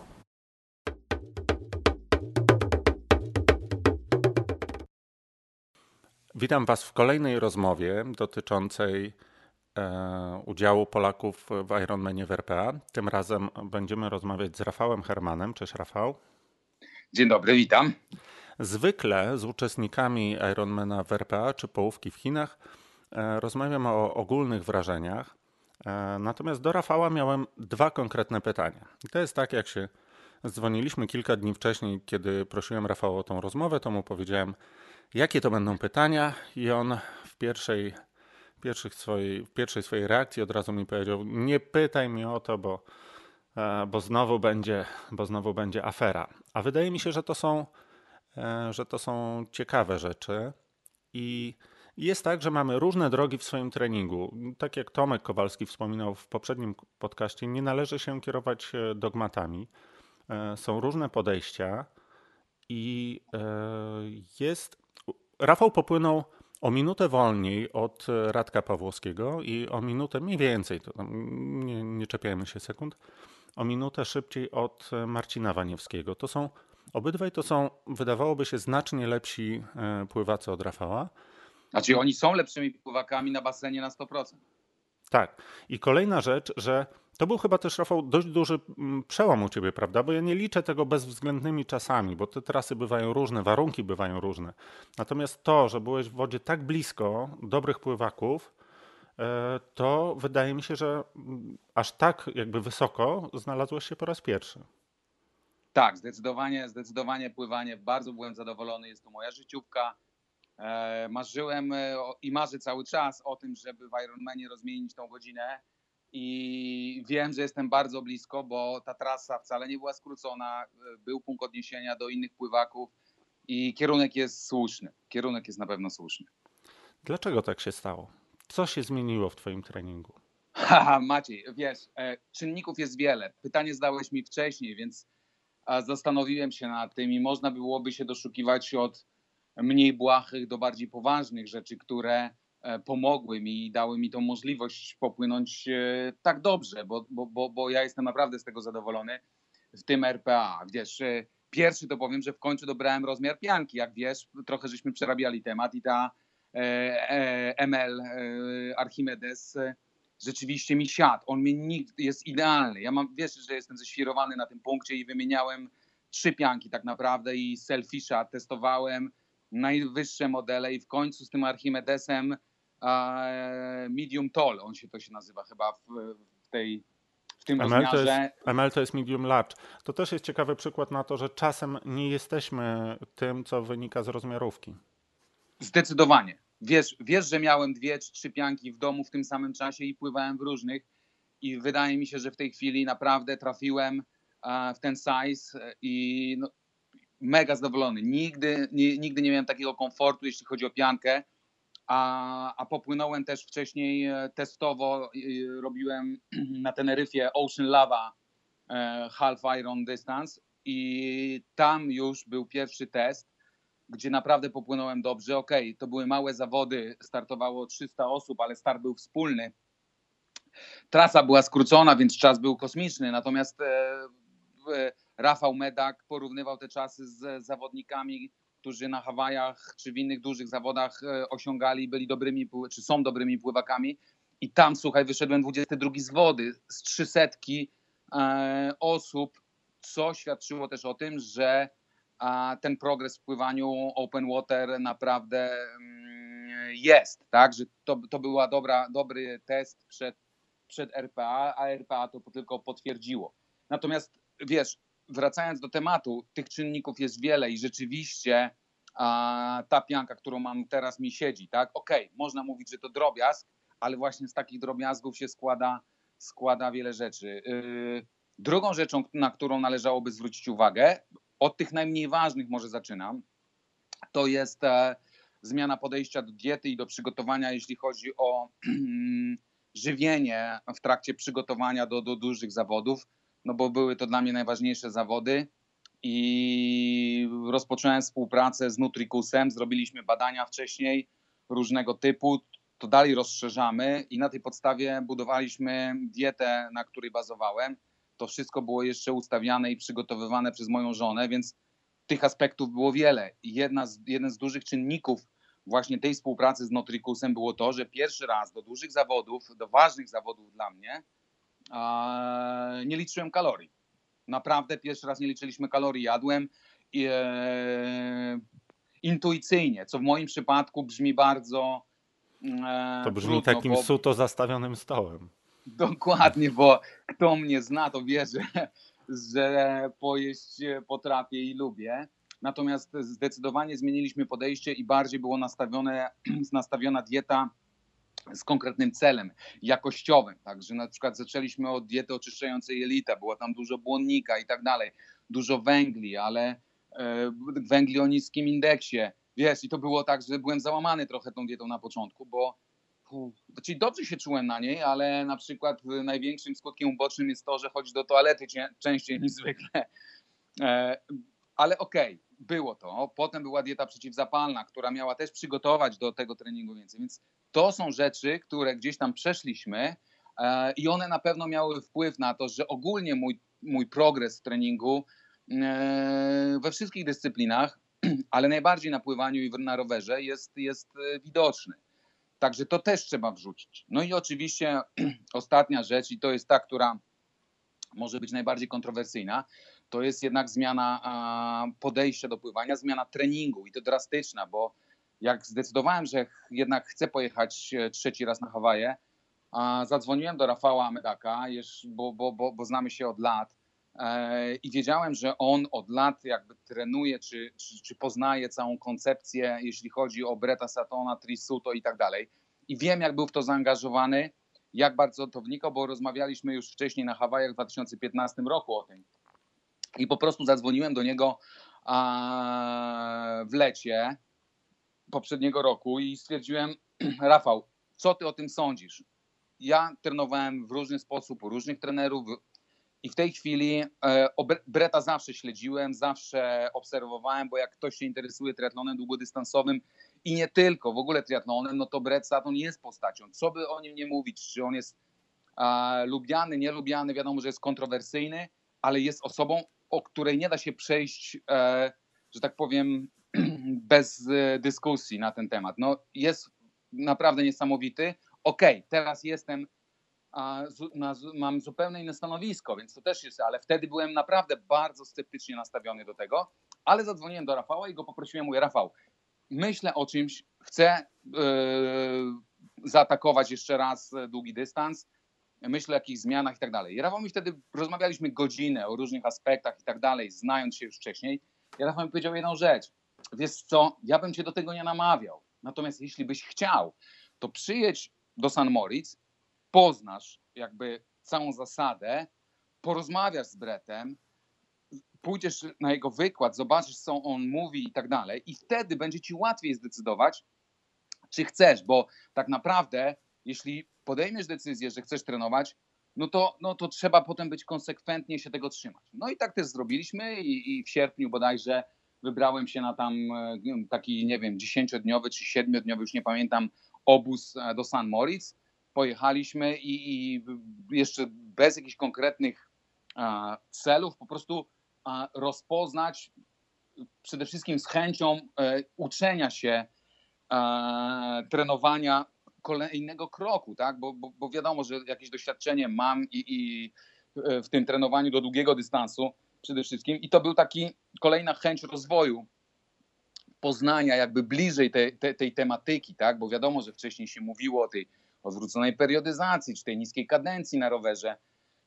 Witam Was w kolejnej rozmowie dotyczącej e, udziału Polaków w Ironmanie w R P A. Tym razem będziemy rozmawiać z Rafałem Hermanem. Cześć Rafał. Dzień dobry, witam. Zwykle z uczestnikami Ironmana w R P A czy połówki w Chinach e, rozmawiam o ogólnych wrażeniach. E, natomiast do Rafała miałem dwa konkretne pytania. I to jest tak, jak się dzwoniliśmy kilka dni wcześniej, kiedy prosiłem Rafała o tą rozmowę, to mu powiedziałem, jakie to będą pytania i on w pierwszej, pierwszych swojej, w pierwszej swojej reakcji od razu mi powiedział, nie pytaj mnie o to, bo, bo, znowu będzie, bo znowu będzie afera. A wydaje mi się, że to są, że to są ciekawe rzeczy i jest tak, że mamy różne drogi w swoim treningu. Tak jak Tomek Kowalski wspominał w poprzednim podcaście, nie należy się kierować dogmatami. Są różne podejścia i jest... Rafał popłynął o minutę wolniej od Radka Pawłowskiego i o minutę mniej więcej, to tam nie, nie czepiajmy się sekund, o minutę szybciej od Marcina Waniewskiego. To są, obydwaj to są, wydawałoby się, znacznie lepsi pływacy od Rafała. Znaczy oni są lepszymi pływakami na basenie na sto procent. Tak. I kolejna rzecz, że to był chyba też, Rafał, dość duży przełom u ciebie, prawda? Bo ja nie liczę tego bezwzględnymi czasami, bo te trasy bywają różne, warunki bywają różne. Natomiast to, że byłeś w wodzie tak blisko dobrych pływaków, to wydaje mi się, że aż tak jakby wysoko znalazłeś się po raz pierwszy. Tak, zdecydowanie, zdecydowanie pływanie. Bardzo byłem zadowolony, jest to moja życiówka. Marzyłem i marzę cały czas o tym, żeby w Ironmanie rozmienić tą godzinę. I wiem, że jestem bardzo blisko, bo ta trasa wcale nie była skrócona, był punkt odniesienia do innych pływaków i kierunek jest słuszny. Kierunek jest na pewno słuszny. Dlaczego tak się stało? Co się zmieniło w twoim treningu? Haha, Maciej, wiesz, czynników jest wiele. Pytanie zadałeś mi wcześniej, więc zastanowiłem się nad tym i można byłoby się doszukiwać od mniej błahych do bardziej poważnych rzeczy, które pomogły mi i dały mi tą możliwość popłynąć tak dobrze, bo, bo, bo, bo ja jestem naprawdę z tego zadowolony. w tym R P A. Wiesz, pierwszy to powiem, że w końcu dobrałem rozmiar pianki. Jak wiesz, trochę żeśmy przerabiali temat i ta e, e, M L e, Archimedes e, rzeczywiście mi siadł. On mi nikt jest idealny. Ja mam, wiesz, że jestem ześwirowany na tym punkcie i wymieniałem trzy pianki tak naprawdę i Selfisha testowałem najwyższe modele i w końcu z tym Archimedesem e, medium tall, on się to się nazywa chyba w, w tej w tym M L to, rozmiarze. jest, M L to jest medium large. To też jest ciekawy przykład na to, że czasem nie jesteśmy tym, co wynika z rozmiarówki. Zdecydowanie. Wiesz, wiesz, że miałem dwie czy trzy pianki w domu w tym samym czasie i pływałem w różnych i wydaje mi się, że w tej chwili naprawdę trafiłem w ten size i no, mega zadowolony. Nigdy nie, nigdy nie miałem takiego komfortu, jeśli chodzi o piankę, a, a popłynąłem też wcześniej testowo, robiłem na Teneryfie Ocean Lava Half Iron Distance i tam już był pierwszy test, gdzie naprawdę popłynąłem dobrze. Okej, okay, to były małe zawody, startowało trzysta osób, ale start był wspólny. Trasa była skrócona, więc czas był kosmiczny, natomiast e, Rafał Medak porównywał te czasy z zawodnikami, którzy na Hawajach czy w innych dużych zawodach osiągali, byli dobrymi, czy są dobrymi pływakami i tam, słuchaj, wyszedłem dwudziesty drugi z wody, z trzysetki e, osób, co świadczyło też o tym, że a ten progres w pływaniu open water naprawdę jest, tak, że to, to była dobra, dobry test przed, przed R P A, a R P A to tylko potwierdziło. Natomiast wiesz, wracając do tematu, tych czynników jest wiele i rzeczywiście a, ta pianka, którą mam teraz mi siedzi, tak, okej, okay, można mówić, że to drobiazg, ale właśnie z takich drobiazgów się składa, składa wiele rzeczy. Yy, drugą rzeczą, na którą należałoby zwrócić uwagę, od tych najmniej ważnych może zaczynam, to jest e, zmiana podejścia do diety i do przygotowania, jeśli chodzi o żywienie w trakcie przygotowania do, do dużych zawodów, no bo były to dla mnie najważniejsze zawody i rozpocząłem współpracę z Nutricusem, zrobiliśmy badania wcześniej różnego typu, to dalej rozszerzamy i na tej podstawie budowaliśmy dietę, na której bazowałem. To wszystko było jeszcze ustawiane i przygotowywane przez moją żonę, więc tych aspektów było wiele. I jedna z, jeden z dużych czynników właśnie tej współpracy z Nutricusem było to, że pierwszy raz do dużych zawodów, do ważnych zawodów dla mnie, a, nie liczyłem kalorii. Naprawdę pierwszy raz nie liczyliśmy kalorii. Jadłem e, intuicyjnie, co w moim przypadku brzmi bardzo e, To brzmi trudno, takim bo... suto zastawionym stołem. Dokładnie, bo kto mnie zna, to wie, że, że pojeść potrafię i lubię. Natomiast zdecydowanie zmieniliśmy podejście i bardziej było nastawione, nastawiona dieta z konkretnym celem jakościowym. Także na przykład zaczęliśmy od diety oczyszczającej jelita, było tam dużo błonnika i tak dalej, dużo węgli, ale e, węgli o niskim indeksie. Wiesz, i to było tak, że byłem załamany trochę tą dietą na początku, bo Czyli dobrze się czułem na niej, ale na przykład największym skutkiem ubocznym jest to, że chodzi do toalety częściej niż zwykle. Ale okej, okay, było to. Potem była dieta przeciwzapalna, która miała też przygotować do tego treningu więcej. Więc to są rzeczy, które gdzieś tam przeszliśmy i one na pewno miały wpływ na to, że ogólnie mój, mój progres w treningu we wszystkich dyscyplinach, ale najbardziej na pływaniu i na rowerze jest, jest widoczny. Także to też trzeba wrzucić. No i oczywiście ostatnia rzecz, i to jest ta, która może być najbardziej kontrowersyjna, to jest jednak zmiana podejścia do pływania, zmiana treningu i to drastyczna, bo jak zdecydowałem, że jednak chcę pojechać trzeci raz na Hawaje, zadzwoniłem do Rafała Medaka, bo, bo, bo, bo znamy się od lat i wiedziałem, że on od lat jakby trenuje, czy, czy, czy poznaje całą koncepcję, jeśli chodzi o Bretta Satona, Trisuto i tak dalej. I wiem, jak był w to zaangażowany, jak bardzo to wnikał, bo rozmawialiśmy już wcześniej na Hawajach w dwa tysiące piętnastym roku o tym. I po prostu zadzwoniłem do niego w lecie poprzedniego roku i stwierdziłem: Rafał, co ty o tym sądzisz? Ja trenowałem w różny sposób, u różnych trenerów i w tej chwili e, Bretta zawsze śledziłem, zawsze obserwowałem, bo jak ktoś się interesuje triatlonem długodystansowym i nie tylko, w ogóle triatlonem, no to Brett Sutton jest postacią. Co by o nim nie mówić, czy on jest e, lubiany, nielubiany, wiadomo, że jest kontrowersyjny, ale jest osobą, o której nie da się przejść, e, że tak powiem, bez e, dyskusji na ten temat. No, jest naprawdę niesamowity. Okej, okay, teraz jestem, a, z, na, mam zupełnie inne stanowisko, więc to też jest, ale wtedy byłem naprawdę bardzo sceptycznie nastawiony do tego, ale zadzwoniłem do Rafała i go poprosiłem, mówię, Rafał, myślę o czymś, chcę yy, zaatakować jeszcze raz długi dystans, myślę o jakichś zmianach i tak dalej. I Rafał mi wtedy, rozmawialiśmy godzinę o różnych aspektach i tak dalej, znając się już wcześniej. I Rafał mi powiedział jedną rzecz, wiesz co, ja bym cię do tego nie namawiał, natomiast jeśli byś chciał, to przyjedź do San Moritz, poznasz jakby całą zasadę, porozmawiasz z Brettem, pójdziesz na jego wykład, zobaczysz, co on mówi i tak dalej i wtedy będzie ci łatwiej zdecydować, czy chcesz, bo tak naprawdę, jeśli podejmiesz decyzję, że chcesz trenować, no to, no to trzeba potem być konsekwentnie się tego trzymać. No i tak też zrobiliśmy i, i w sierpniu bodajże wybrałem się na tam taki, nie wiem, dziesięciodniowy czy siedmiodniowy, już nie pamiętam, obóz do San Moritz. Pojechaliśmy i, i jeszcze bez jakichś konkretnych a, celów po prostu a, rozpoznać, przede wszystkim z chęcią e, uczenia się e, trenowania kolejnego kroku, tak? Bo, bo, bo wiadomo, że jakieś doświadczenie mam i, i w tym trenowaniu do długiego dystansu przede wszystkim i to był taki kolejna chęć rozwoju, poznania jakby bliżej te, te, tej tematyki, tak? Bo wiadomo, że wcześniej się mówiło o tej odwróconej periodyzacji, czy tej niskiej kadencji na rowerze,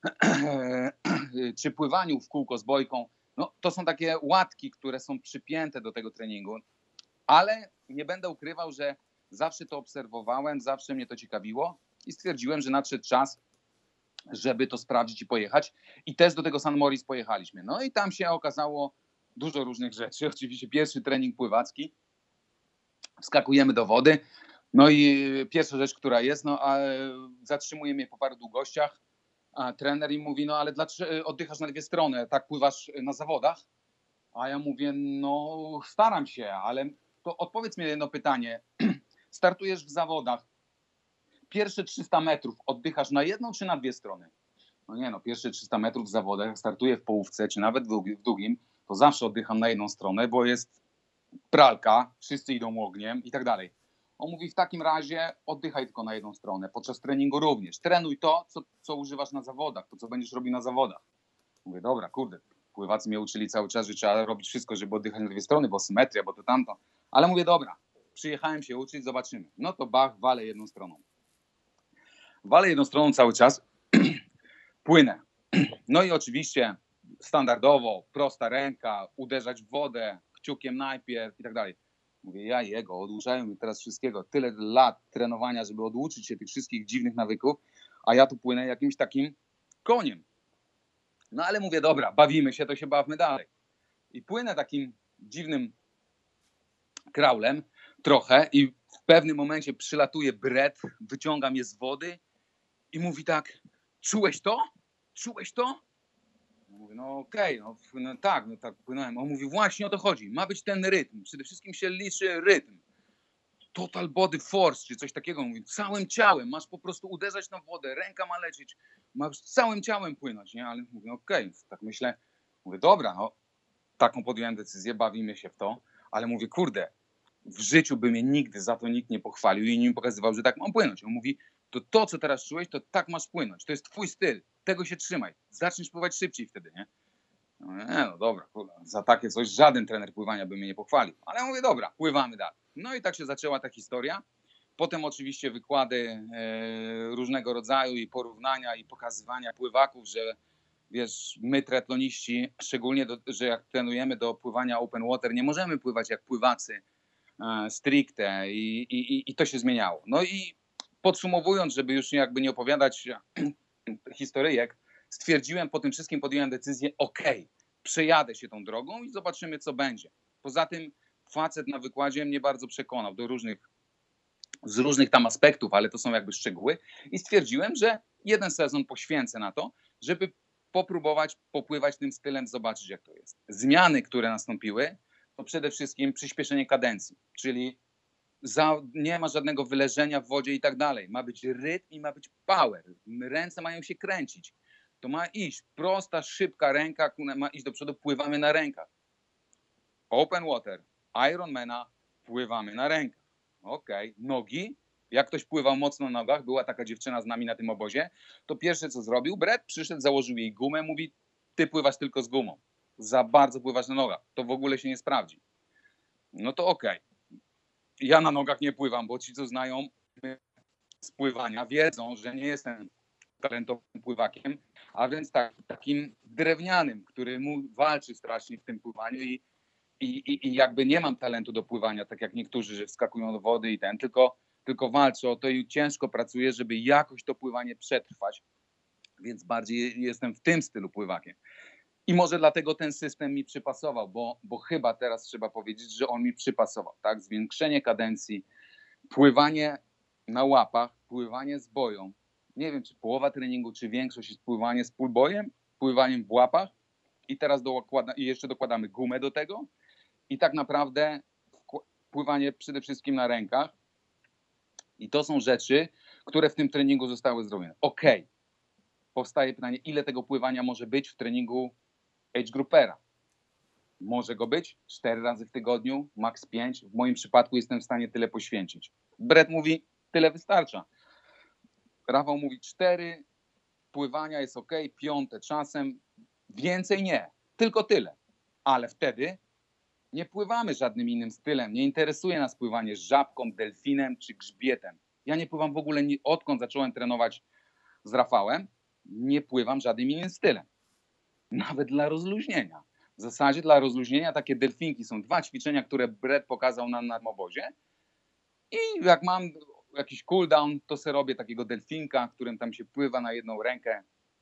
czy pływaniu w kółko z bojką. No, to są takie łatki, które są przypięte do tego treningu, ale nie będę ukrywał, że zawsze to obserwowałem, zawsze mnie to ciekawiło i stwierdziłem, że nadszedł czas, żeby to sprawdzić i pojechać. I też do tego San Moritz pojechaliśmy. No i tam się okazało dużo różnych rzeczy. Oczywiście pierwszy trening pływacki. Wskakujemy do wody. No i pierwsza rzecz, która jest, no a zatrzymuje mnie po paru długościach. A trener im mówi, no ale dlaczego oddychasz na dwie strony, tak pływasz na zawodach? A ja mówię, no staram się, ale to odpowiedz mi jedno pytanie. Startujesz w zawodach. Pierwsze trzysta metrów oddychasz na jedną czy na dwie strony? No nie no, pierwsze trzysta metrów w zawodach, jak startuję w połówce czy nawet w długim, to zawsze oddycham na jedną stronę, bo jest pralka, wszyscy idą ogniem i tak dalej. On mówi, w takim razie oddychaj tylko na jedną stronę, podczas treningu również. Trenuj to, co, co używasz na zawodach, to co będziesz robił na zawodach. Mówię, dobra, kurde, pływacy mnie uczyli cały czas, że trzeba robić wszystko, żeby oddychać na dwie strony, bo symetria, bo to tamto. Ale mówię, dobra, przyjechałem się uczyć, zobaczymy. No to bach, walę jedną stroną. Walę jedną stroną cały czas, płynę. No i oczywiście standardowo, prosta ręka, uderzać w wodę, kciukiem najpierw i tak dalej. Mówię, ja jego, oduczają mi teraz wszystkiego. Tyle lat trenowania, żeby oduczyć się tych wszystkich dziwnych nawyków, a ja tu płynę jakimś takim koniem. No ale mówię, dobra, bawimy się, to się bawmy dalej. I płynę takim dziwnym kraulem trochę i w pewnym momencie przylatuje Brett, wyciąga mnie z wody i mówi tak, czułeś to? Czułeś to? Ja mówię, no okej, okay, no, no tak, no tak płynąłem. On mówi, właśnie o to chodzi, ma być ten rytm, przede wszystkim się liczy rytm. Total body force, czy coś takiego. Mówi, całym ciałem, masz po prostu uderzać na wodę, ręka ma lecieć, masz całym ciałem płynąć, nie? Ale mówię, okej, okay. Tak myślę, mówię, dobra, no, taką podjąłem decyzję, bawimy się w to, ale mówię, kurde, w życiu by mnie nigdy za to nikt nie pochwalił i nie mi pokazywał, że tak mam płynąć. On mówi, to to, co teraz czułeś, to tak masz płynąć, to jest twój styl, tego się trzymaj, zaczniesz pływać szybciej wtedy, nie? No, nie, no dobra, kurde, za takie coś żaden trener pływania by mnie nie pochwalił, ale ja mówię, dobra, pływamy dalej. No i tak się zaczęła ta historia. Potem oczywiście wykłady e, różnego rodzaju i porównania i pokazywania pływaków, że wiesz, my triatloniści, szczególnie, do, że jak trenujemy do pływania open water, nie możemy pływać jak pływacy e, stricte i, i, i to się zmieniało. No i podsumowując, żeby już jakby nie opowiadać historyjek, stwierdziłem, po tym wszystkim podjąłem decyzję, okej, okay, przejadę się tą drogą i zobaczymy, co będzie. Poza tym facet na wykładzie mnie bardzo przekonał do różnych, z różnych tam aspektów, ale to są jakby szczegóły i stwierdziłem, że jeden sezon poświęcę na to, żeby popróbować popływać tym stylem, zobaczyć jak to jest. Zmiany, które nastąpiły, to przede wszystkim przyspieszenie kadencji, czyli za, nie ma żadnego wyleżenia w wodzie i tak dalej. Ma być rytm i ma być power. Ręce mają się kręcić. to ma iść prosta, szybka ręka, ma iść do przodu, pływamy na rękach. Open water, Ironmana, pływamy na rękach. Okej, okay. Nogi. Jak ktoś pływał mocno na nogach, była taka dziewczyna z nami na tym obozie, to pierwsze co zrobił, Brett przyszedł, założył jej gumę, mówi, ty pływasz tylko z gumą. Za bardzo pływasz na nogach, to w ogóle się nie sprawdzi. No to okej. Okay. Ja na nogach nie pływam, bo ci co znają z pływania wiedzą, że nie jestem talentowym pływakiem, a więc tak, takim drewnianym, który mu walczy strasznie w tym pływaniu i, i, i jakby nie mam talentu do pływania, tak jak niektórzy, że wskakują do wody i ten, tylko, tylko walczę o to i ciężko pracuję, żeby jakoś to pływanie przetrwać, więc bardziej jestem w tym stylu pływakiem. I może dlatego ten system mi przypasował, bo, bo chyba teraz trzeba powiedzieć, że on mi przypasował, tak? Zwiększenie kadencji, pływanie na łapach, pływanie z boją. Nie wiem, czy połowa treningu, czy większość jest pływanie z pullboyem, pływaniem w łapach i teraz dokłada, i jeszcze dokładamy gumę do tego i tak naprawdę pływanie przede wszystkim na rękach i to są rzeczy, które w tym treningu zostały zrobione. Okej, okay. Powstaje pytanie, ile tego pływania może być w treningu age groupera? Może go być cztery razy w tygodniu, maks pięć. W moim przypadku jestem w stanie tyle poświęcić. Brett mówi, tyle wystarcza. Rafał mówi, cztery pływania jest ok, piąte czasem, więcej nie, tylko tyle. Ale wtedy nie pływamy żadnym innym stylem. Nie interesuje nas pływanie z żabką, delfinem czy grzbietem. Ja nie pływam w ogóle, nie, odkąd zacząłem trenować z Rafałem, nie pływam żadnym innym stylem. Nawet dla rozluźnienia. W zasadzie dla rozluźnienia takie delfinki są dwa ćwiczenia, które Brett pokazał nam na obozie. I jak mam jakiś cooldown, to sobie robię takiego delfinka, którym tam się pływa na jedną rękę.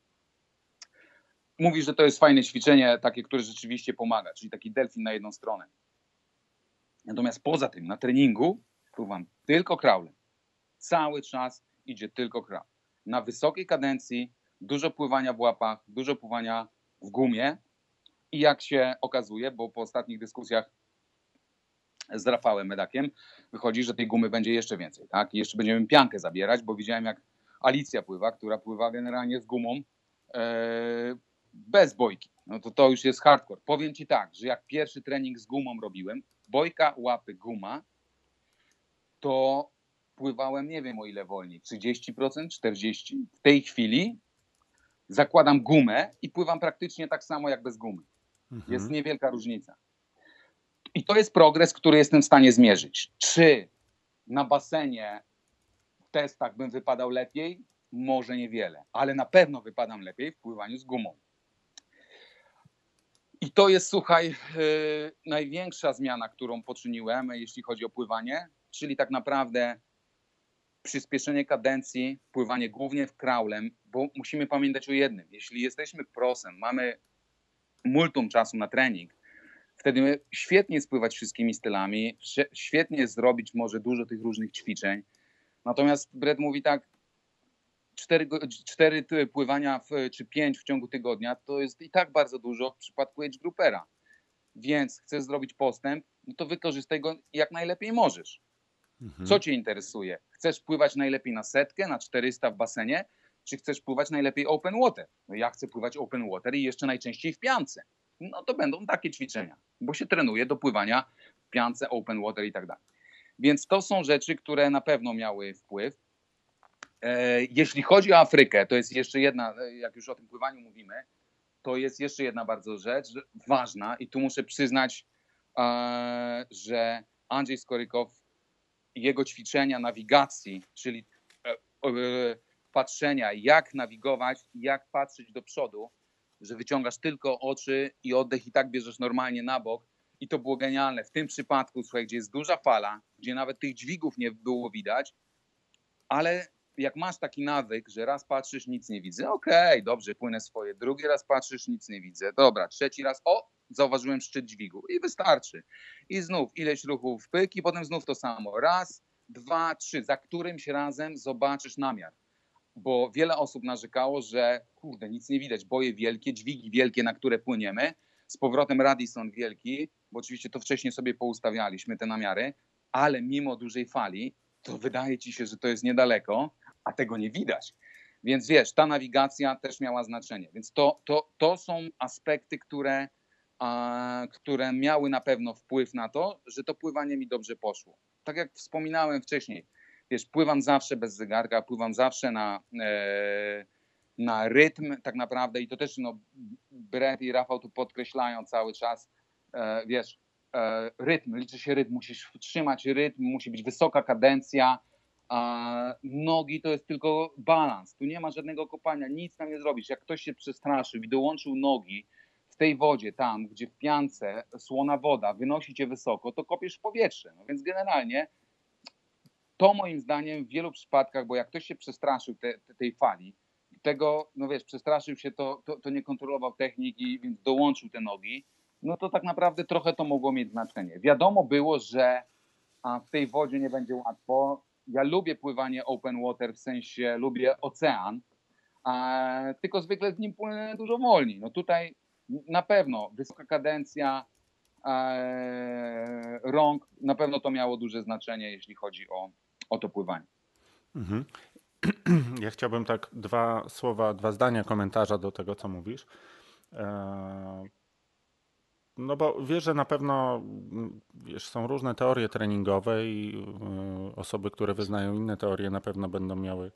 Mówi, że to jest fajne ćwiczenie, takie, które rzeczywiście pomaga, czyli taki delfin na jedną stronę. Natomiast poza tym na treningu pływam tylko kraulem. Cały czas idzie tylko kraul. Na wysokiej kadencji, dużo pływania w łapach, dużo pływania w gumie i jak się okazuje, bo po ostatnich dyskusjach z Rafałem Medakiem wychodzi, że tej gumy będzie jeszcze więcej, tak? I jeszcze będziemy piankę zabierać, bo widziałem jak Alicja pływa, która pływa generalnie z gumą e, bez bojki. No to to już jest hardcore. Powiem ci tak, że jak pierwszy trening z gumą robiłem, bojka, łapy, guma, to pływałem nie wiem o ile wolniej, trzydzieści procent, czterdzieści procent. W tej chwili zakładam gumę i pływam praktycznie tak samo jak bez gumy. Mhm. Jest niewielka różnica. I to jest progres, który jestem w stanie zmierzyć. Czy na basenie w testach bym wypadał lepiej? Może niewiele, ale na pewno wypadam lepiej w pływaniu z gumą. I to jest, słuchaj, yy, największa zmiana, którą poczyniłem, jeśli chodzi o pływanie, czyli tak naprawdę przyspieszenie kadencji, pływanie głównie w kraulem, bo musimy pamiętać o jednym. Jeśli jesteśmy prosem, mamy multum czasu na trening, wtedy świetnie spływać wszystkimi stylami, świetnie zrobić może dużo tych różnych ćwiczeń. Natomiast Brett mówi tak, cztery, cztery pływania w, czy pięć w ciągu tygodnia to jest i tak bardzo dużo w przypadku age groupera. Więc chcesz zrobić postęp, no to wykorzystaj go jak najlepiej możesz. Mhm. Co cię interesuje? Chcesz pływać najlepiej na setkę, na czterysta w basenie, czy chcesz pływać najlepiej open water? No ja chcę pływać open water i jeszcze najczęściej w piance. No to będą takie ćwiczenia, bo się trenuje do pływania w piance, open water i tak dalej. Więc to są rzeczy, które na pewno miały wpływ. E, jeśli chodzi o Afrykę, to jest jeszcze jedna, jak już o tym pływaniu mówimy, to jest jeszcze jedna bardzo rzecz ważna i tu muszę przyznać, e, że Andrzej Skorykow, jego ćwiczenia nawigacji, czyli e, e, patrzenia, jak nawigować, jak patrzeć do przodu, że wyciągasz tylko oczy i oddech i tak bierzesz normalnie na bok. I to było genialne. W tym przypadku, słuchaj, gdzie jest duża fala, gdzie nawet tych dźwigów nie było widać, ale jak masz taki nawyk, że raz patrzysz, nic nie widzę, okej, okay, dobrze, płynę swoje. Drugi raz patrzysz, nic nie widzę. Dobra, trzeci raz, o, zauważyłem szczyt dźwigu i wystarczy. I znów ileś ruchów pyk i potem znów to samo. Raz, dwa, trzy. Za którymś razem zobaczysz namiar. Bo wiele osób narzekało, że kurde, nic nie widać, boje wielkie, dźwigi wielkie, na które płyniemy. Z powrotem Radisson wielki, bo oczywiście to wcześniej sobie poustawialiśmy te namiary, ale mimo dużej fali, to wydaje ci się, że to jest niedaleko, a tego nie widać. Więc wiesz, ta nawigacja też miała znaczenie. Więc to, to, to są aspekty, które, a, które miały na pewno wpływ na to, że to pływanie mi dobrze poszło. Tak jak wspominałem wcześniej, wiesz, pływam zawsze bez zegarka, pływam zawsze na, e, na rytm tak naprawdę i to też no, Brett i Rafał tu podkreślają cały czas, e, wiesz, e, rytm, liczy się rytm, musisz trzymać rytm, musi być wysoka kadencja, a nogi to jest tylko balans, tu nie ma żadnego kopania, nic tam nie zrobisz. Jak ktoś się przestraszył i dołączył nogi w tej wodzie, tam gdzie w piance słona woda wynosi cię wysoko, to kopiesz w powietrze. No więc generalnie to moim zdaniem w wielu przypadkach, bo jak ktoś się przestraszył te, te, tej fali, tego, no wiesz, przestraszył się, to, to, to nie kontrolował techniki, więc dołączył te nogi, no to tak naprawdę trochę to mogło mieć znaczenie. Wiadomo było, że a w tej wodzie nie będzie łatwo. Ja lubię pływanie open water, w sensie lubię ocean, a, tylko zwykle z nim płynę dużo wolniej. No tutaj na pewno wysoka kadencja e, rąk, na pewno to miało duże znaczenie, jeśli chodzi o, o to pływanie. Mhm. Ja chciałbym tak dwa słowa, dwa zdania komentarza do tego, co mówisz. No bo wiesz, że na pewno wiesz, są różne teorie treningowe i osoby, które wyznają inne teorie, na pewno będą miały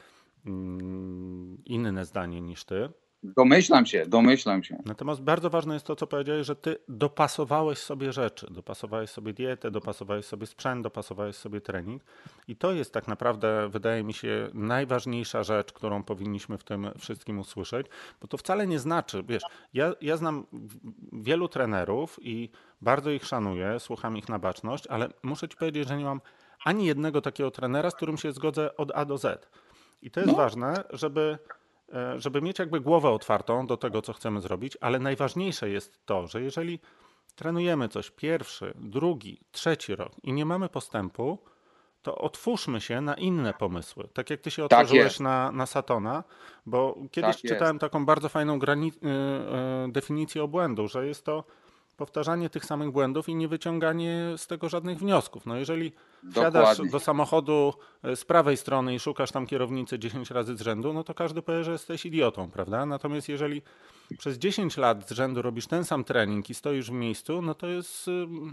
inne zdanie niż ty. Domyślam się, domyślam się. Natomiast bardzo ważne jest to, co powiedziałeś, że ty dopasowałeś sobie rzeczy, dopasowałeś sobie dietę, dopasowałeś sobie sprzęt, dopasowałeś sobie trening i to jest tak naprawdę, wydaje mi się, najważniejsza rzecz, którą powinniśmy w tym wszystkim usłyszeć, bo to wcale nie znaczy, wiesz, ja, ja znam wielu trenerów i bardzo ich szanuję, słucham ich na baczność, ale muszę ci powiedzieć, że nie mam ani jednego takiego trenera, z którym się zgodzę od A do Z. I to jest no. ważne, żeby żeby mieć jakby głowę otwartą do tego, co chcemy zrobić, ale najważniejsze jest to, że jeżeli trenujemy coś pierwszy, drugi, trzeci rok i nie mamy postępu, to otwórzmy się na inne pomysły. Tak jak ty się otworzyłeś tak na, na Satona, bo kiedyś tak czytałem taką bardzo fajną grani- yy, yy, definicję obłędu, że jest to powtarzanie tych samych błędów i nie wyciąganie z tego żadnych wniosków. No jeżeli wsiadasz Dokładnie. do samochodu z prawej strony i szukasz tam kierownicy dziesięć razy z rzędu, no to każdy powie, że jesteś idiotą, prawda? Natomiast jeżeli przez dziesięć lat z rzędu robisz ten sam trening i stoisz w miejscu, no to jest...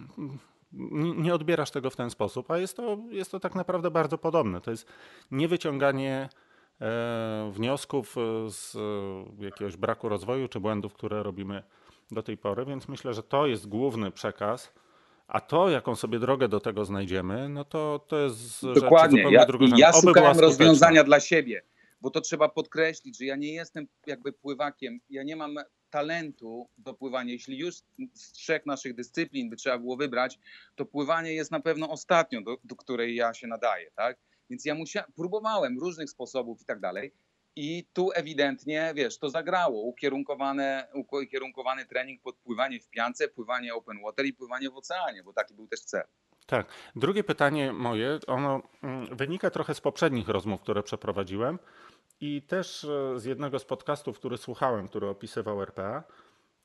nie odbierasz tego w ten sposób, a jest to, jest to tak naprawdę bardzo podobne. To jest niewyciąganie e, wniosków z jakiegoś braku rozwoju czy błędów, które robimy do tej pory, więc myślę, że to jest główny przekaz, a to, jaką sobie drogę do tego znajdziemy, no to, to jest Dokładnie. rzecz zupełnie ja, drugorzędna. Ja Oby szukałem była rozwiązania dla siebie, bo to trzeba podkreślić, że ja nie jestem jakby pływakiem, ja nie mam talentu do pływania. Jeśli już z trzech naszych dyscyplin by trzeba było wybrać, to pływanie jest na pewno ostatnią, do, do której ja się nadaję, tak? Więc ja musiałem, próbowałem różnych sposobów i tak dalej. I tu ewidentnie, wiesz, to zagrało. Ukierunkowane, ukierunkowany trening pod pływanie w piance, pływanie open water i pływanie w oceanie, bo taki był też cel. Tak. Drugie pytanie moje, ono wynika trochę z poprzednich rozmów, które przeprowadziłem i też z jednego z podcastów, który słuchałem, który opisywał R P A.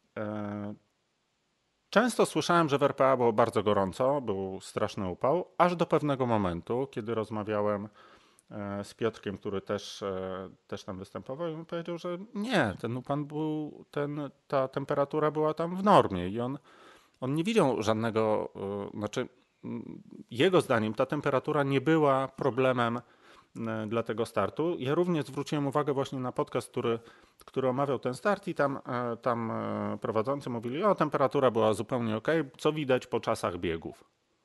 Często słyszałem, że w R P A było bardzo gorąco, był straszny upał, aż do pewnego momentu, kiedy rozmawiałem z Piotrkiem, który też, też tam występował i on powiedział, że nie, ten upał był, ten, ta temperatura była tam w normie i on, on nie widział żadnego, znaczy jego zdaniem ta temperatura nie była problemem dla tego startu. Ja również zwróciłem uwagę właśnie na podcast, który, który omawiał ten start i tam, tam prowadzący mówili, o temperatura była zupełnie ok, co widać po czasach biegów.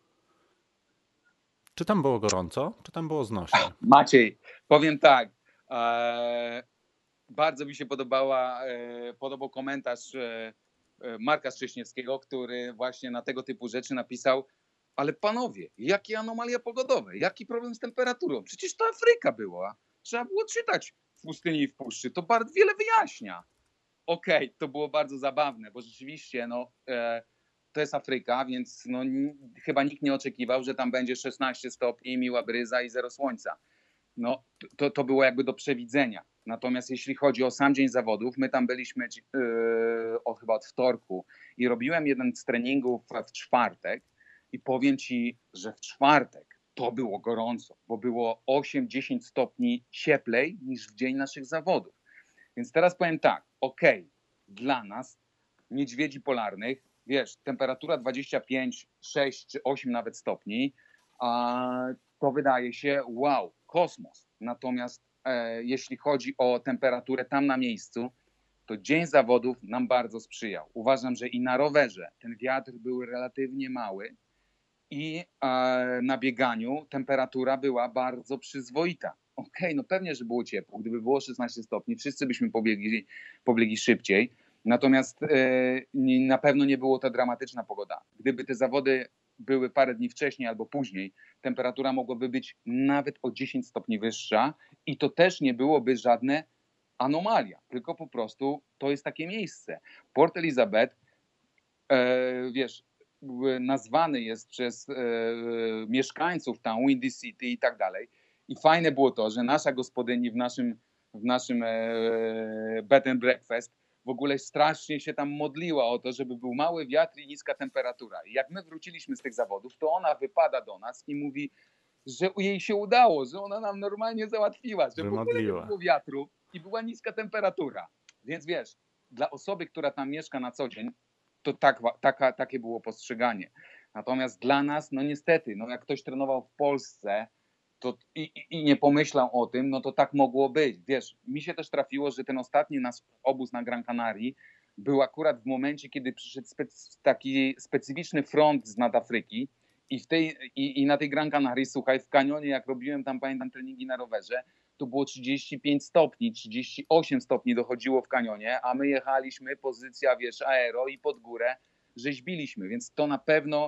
Czy tam było gorąco, czy tam było znośnie? Maciej, powiem tak, e, bardzo mi się podobała, e, podobał komentarz e, Marka Strześniewskiego, który właśnie na tego typu rzeczy napisał, ale panowie, jakie anomalie pogodowe, jaki problem z temperaturą? Przecież to Afryka była. Trzeba było czytać w pustyni i w puszczy. To bardzo wiele wyjaśnia. Okej, okay, to było bardzo zabawne, bo rzeczywiście no, e, to jest Afryka, więc no, n- chyba nikt nie oczekiwał, że tam będzie szesnaście stopni, miła bryza i zero słońca. No, to, to było jakby do przewidzenia. Natomiast jeśli chodzi o sam dzień zawodów, my tam byliśmy yy, od, chyba od wtorku i robiłem jeden z treningów w czwartek. I powiem ci, że w czwartek to było gorąco, bo było osiem dziesięć stopni cieplej niż w dzień naszych zawodów. Więc teraz powiem tak, okej, okay, dla nas, niedźwiedzi polarnych, wiesz, temperatura dwadzieścia pięć, sześć czy osiem nawet stopni, a to wydaje się, wow, kosmos. Natomiast e, jeśli chodzi o temperaturę tam na miejscu, to dzień zawodów nam bardzo sprzyjał. Uważam, że i na rowerze ten wiatr był relatywnie mały i e, na bieganiu temperatura była bardzo przyzwoita. Okej, okay, no pewnie, że było ciepło. Gdyby było szesnaście stopni, wszyscy byśmy pobiegli, pobiegli szybciej. Natomiast e, nie, na pewno nie było to dramatyczna pogoda. Gdyby te zawody były parę dni wcześniej albo później, temperatura mogłaby być nawet o dziesięć stopni wyższa i to też nie byłoby żadne anomalia, tylko po prostu to jest takie miejsce. Port Elizabeth, e, wiesz, nazwany jest przez e, mieszkańców tam Windy City i tak dalej. I fajne było to, że nasza gospodyni w naszym, w naszym e, bed and breakfast w ogóle strasznie się tam modliła o to, żeby był mały wiatr i niska temperatura. I jak my wróciliśmy z tych zawodów, to ona wypada do nas i mówi, że jej się udało, że ona nam normalnie załatwiła, że w ogóle nie było wiatru i była niska temperatura. Więc wiesz, dla osoby, która tam mieszka na co dzień, to tak, taka, takie było postrzeganie. Natomiast dla nas, no niestety, no jak ktoś trenował w Polsce to i, i, i nie pomyślał o tym, no to tak mogło być. Wiesz, mi się też trafiło, że ten ostatni nasz obóz na Gran Canaria był akurat w momencie, kiedy przyszedł specy, taki specyficzny front z nad Afryki i, w tej, i, i na tej Gran Canaria, słuchaj, w kanionie, jak robiłem tam, pamiętam, treningi na rowerze, to było trzydzieści pięć stopni, trzydzieści osiem stopni dochodziło w kanionie, a my jechaliśmy, pozycja, wiesz, aero i pod górę rzeźbiliśmy, więc to na pewno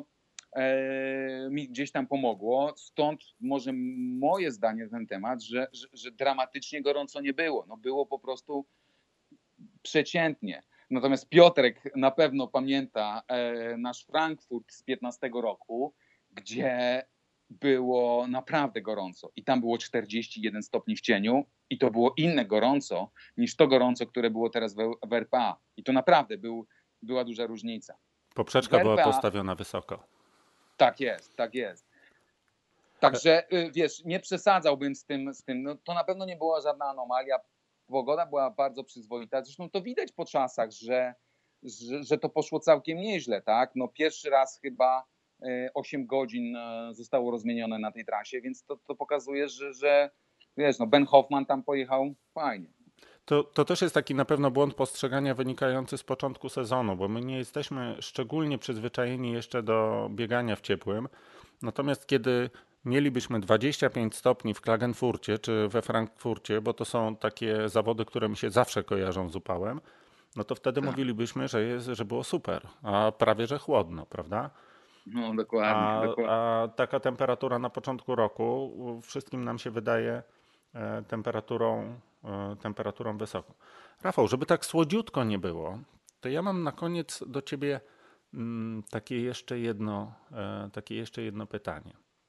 e, mi gdzieś tam pomogło. Stąd może moje zdanie na ten temat, że, że, że dramatycznie gorąco nie było. No było po prostu przeciętnie. Natomiast Piotrek na pewno pamięta e, nasz Frankfurt z piętnastego roku, gdzie było naprawdę gorąco i tam było czterdzieści jeden stopni w cieniu i to było inne gorąco niż to gorąco, które było teraz w, w R P A. I to naprawdę był, była duża różnica. Poprzeczka była postawiona wysoko. Tak jest, tak jest. Także wiesz, nie przesadzałbym z tym, z tym. No, to na pewno nie była żadna anomalia. Pogoda była bardzo przyzwoita. Zresztą to widać po czasach, że, że, że to poszło całkiem nieźle, tak? No pierwszy raz chyba osiem godzin zostało rozmienione na tej trasie, więc to, to pokazuje, że, że wiesz, no Ben Hoffman tam pojechał fajnie. To, to też jest taki na pewno błąd postrzegania wynikający z początku sezonu, bo my nie jesteśmy szczególnie przyzwyczajeni jeszcze do biegania w ciepłym. Natomiast kiedy mielibyśmy dwadzieścia pięć stopni w Klagenfurcie czy we Frankfurcie, bo to są takie zawody, które mi się zawsze kojarzą z upałem, no to wtedy tak. mówilibyśmy, że, jest, że było super, a prawie że chłodno, prawda? No dokładnie, a, dokładnie. A taka temperatura na początku roku wszystkim nam się wydaje temperaturą, temperaturą wysoką. Rafał, żeby tak słodziutko nie było, to ja mam na koniec do ciebie takie jeszcze jedno, takie jeszcze jedno pytanie.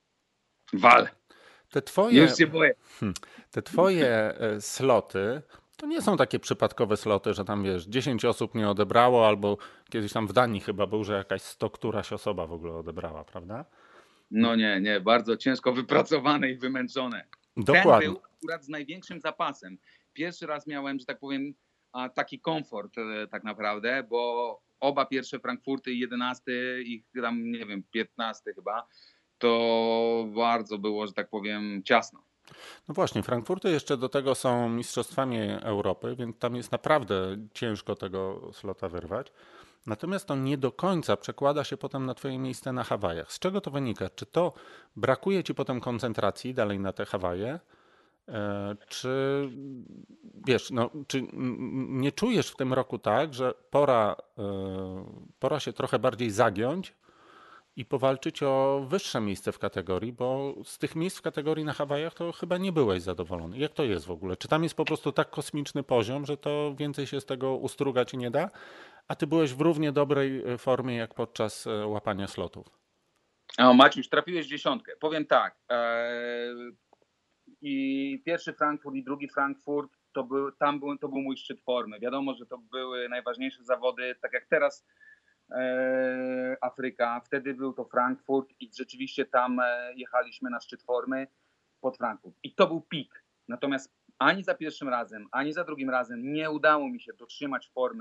Wal. Te twoje, Już się boję. Te twoje sloty to nie są takie przypadkowe sloty, że tam wiesz, dziesięć osób nie odebrało, albo kiedyś tam w Danii chyba był, że jakaś sto któraś osoba w ogóle odebrała, prawda? No nie, nie, bardzo ciężko wypracowane i wymęczone. Dokładnie. Ten był akurat z największym zapasem. Pierwszy raz miałem, że tak powiem, taki komfort tak naprawdę, bo oba pierwsze Frankfurty i jedenasty i tam, nie wiem, piętnasty chyba, to bardzo było, że tak powiem, ciasno. No właśnie, Frankfurty jeszcze do tego są mistrzostwami Europy, więc tam jest naprawdę ciężko tego slota wyrwać. Natomiast to nie do końca przekłada się potem na twoje miejsce na Hawajach. Z czego to wynika? Czy to brakuje ci potem koncentracji dalej na te Hawaje? Czy wiesz, no, czy nie czujesz w tym roku tak, że pora, pora się trochę bardziej zagiąć i powalczyć o wyższe miejsce w kategorii, bo z tych miejsc w kategorii na Hawajach to chyba nie byłeś zadowolony. Jak to jest w ogóle? Czy tam jest po prostu tak kosmiczny poziom, że to więcej się z tego ustrugać nie da, a ty byłeś w równie dobrej formie jak podczas łapania slotów? O, Maciuś, trafiłeś w dziesiątkę. Powiem tak, ee, i pierwszy Frankfurt i drugi Frankfurt, to był, tam był, to był mój szczyt formy. Wiadomo, że to były najważniejsze zawody, tak jak teraz e, Afryka. Wtedy był to Frankfurt i rzeczywiście tam e, jechaliśmy na szczyt formy pod Frankfurt. I to był pik. Natomiast ani za pierwszym razem, ani za drugim razem nie udało mi się dotrzymać formy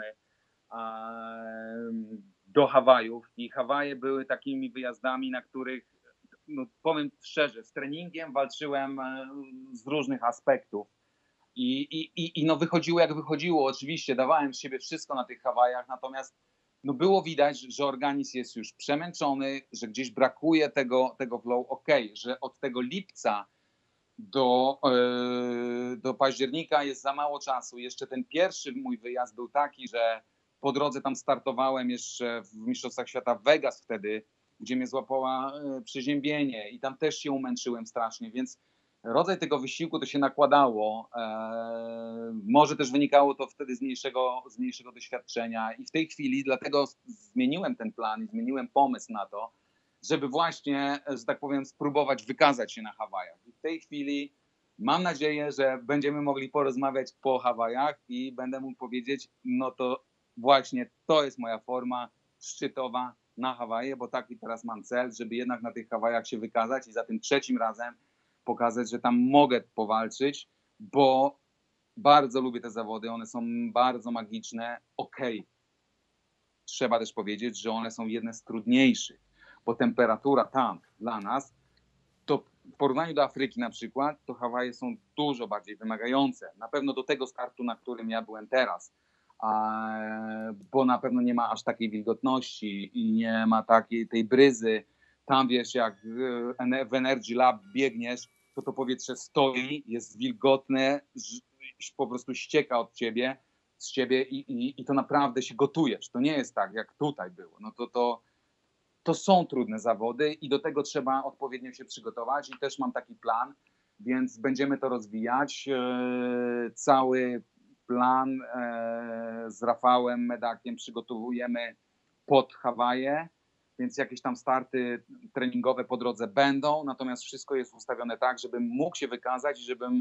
do Hawajów i Hawaje były takimi wyjazdami, na których, no powiem szczerze, z treningiem walczyłem z różnych aspektów i, i, i, i no wychodziło jak wychodziło, oczywiście dawałem z siebie wszystko na tych Hawajach, natomiast no było widać, że organizm jest już przemęczony, że gdzieś brakuje tego, tego flow, okej, okay, że od tego lipca do, yy, do października jest za mało czasu. Jeszcze ten pierwszy mój wyjazd był taki, że po drodze tam startowałem jeszcze w Mistrzostwach Świata w Vegas wtedy, gdzie mnie złapała przeziębienie i tam też się umęczyłem strasznie, więc rodzaj tego wysiłku to się nakładało. Eee, może też wynikało to wtedy z mniejszego, z mniejszego doświadczenia i w tej chwili dlatego zmieniłem ten plan i zmieniłem pomysł na to, żeby właśnie, że tak powiem, spróbować wykazać się na Hawajach. I w tej chwili mam nadzieję, że będziemy mogli porozmawiać po Hawajach i będę mógł powiedzieć, no to właśnie to jest moja forma szczytowa na Hawaje, bo taki teraz mam cel, żeby jednak na tych Hawajach się wykazać i za tym trzecim razem pokazać, że tam mogę powalczyć, bo bardzo lubię te zawody, one są bardzo magiczne. Okej, okay. Trzeba też powiedzieć, że one są jedne z trudniejszych, bo temperatura tam dla nas, to w porównaniu do Afryki na przykład, to Hawaje są dużo bardziej wymagające. Na pewno do tego startu, na którym ja byłem teraz, bo na pewno nie ma aż takiej wilgotności i nie ma takiej tej bryzy. Tam wiesz, jak w Energy Lab biegniesz, to to powietrze stoi, jest wilgotne, po prostu ścieka od ciebie, z ciebie i, i, i to naprawdę się gotujesz. To nie jest tak, jak tutaj było. No to, to, to są trudne zawody i do tego trzeba odpowiednio się przygotować i też mam taki plan, więc będziemy to rozwijać. Cały plan z Rafałem Medakiem przygotowujemy pod Hawaje, więc jakieś tam starty treningowe po drodze będą, natomiast wszystko jest ustawione tak, żebym mógł się wykazać i żebym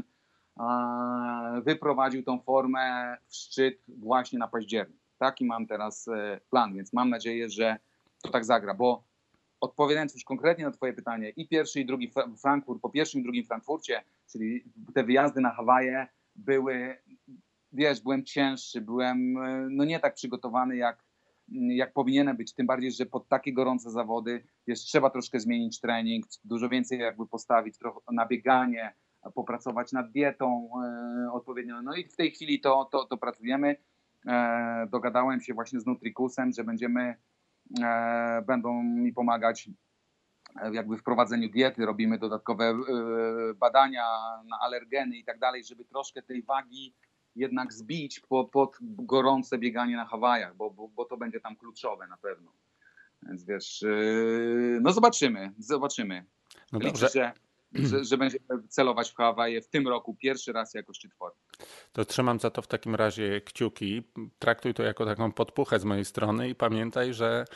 wyprowadził tą formę w szczyt właśnie na październik. Taki mam teraz plan, więc mam nadzieję, że to tak zagra, bo odpowiadając już konkretnie na twoje pytanie, i pierwszy i drugi Frankfurt, po pierwszym i drugim Frankfurcie, czyli te wyjazdy na Hawaje były, wiesz, byłem cięższy, byłem no nie tak przygotowany jak, jak powinienem być, tym bardziej, że pod takie gorące zawody, wiesz, trzeba troszkę zmienić trening, dużo więcej jakby postawić trochę na bieganie, popracować nad dietą e, odpowiednio. No i w tej chwili to, to, to pracujemy. E, dogadałem się właśnie z Nutricusem, że będziemy, e, będą mi pomagać jakby w prowadzeniu diety, robimy dodatkowe e, badania na alergeny i tak dalej, żeby troszkę tej wagi jednak zbić po, pod gorące bieganie na Hawajach, bo, bo, bo to będzie tam kluczowe na pewno. Więc wiesz, e, no zobaczymy, zobaczymy. No Liczę, dobrze. że Że, że będziemy celować w Hawaje w tym roku pierwszy raz jako szczyt formy. To trzymam za to w takim razie kciuki. Traktuj to jako taką podpuchę z mojej strony i pamiętaj, że,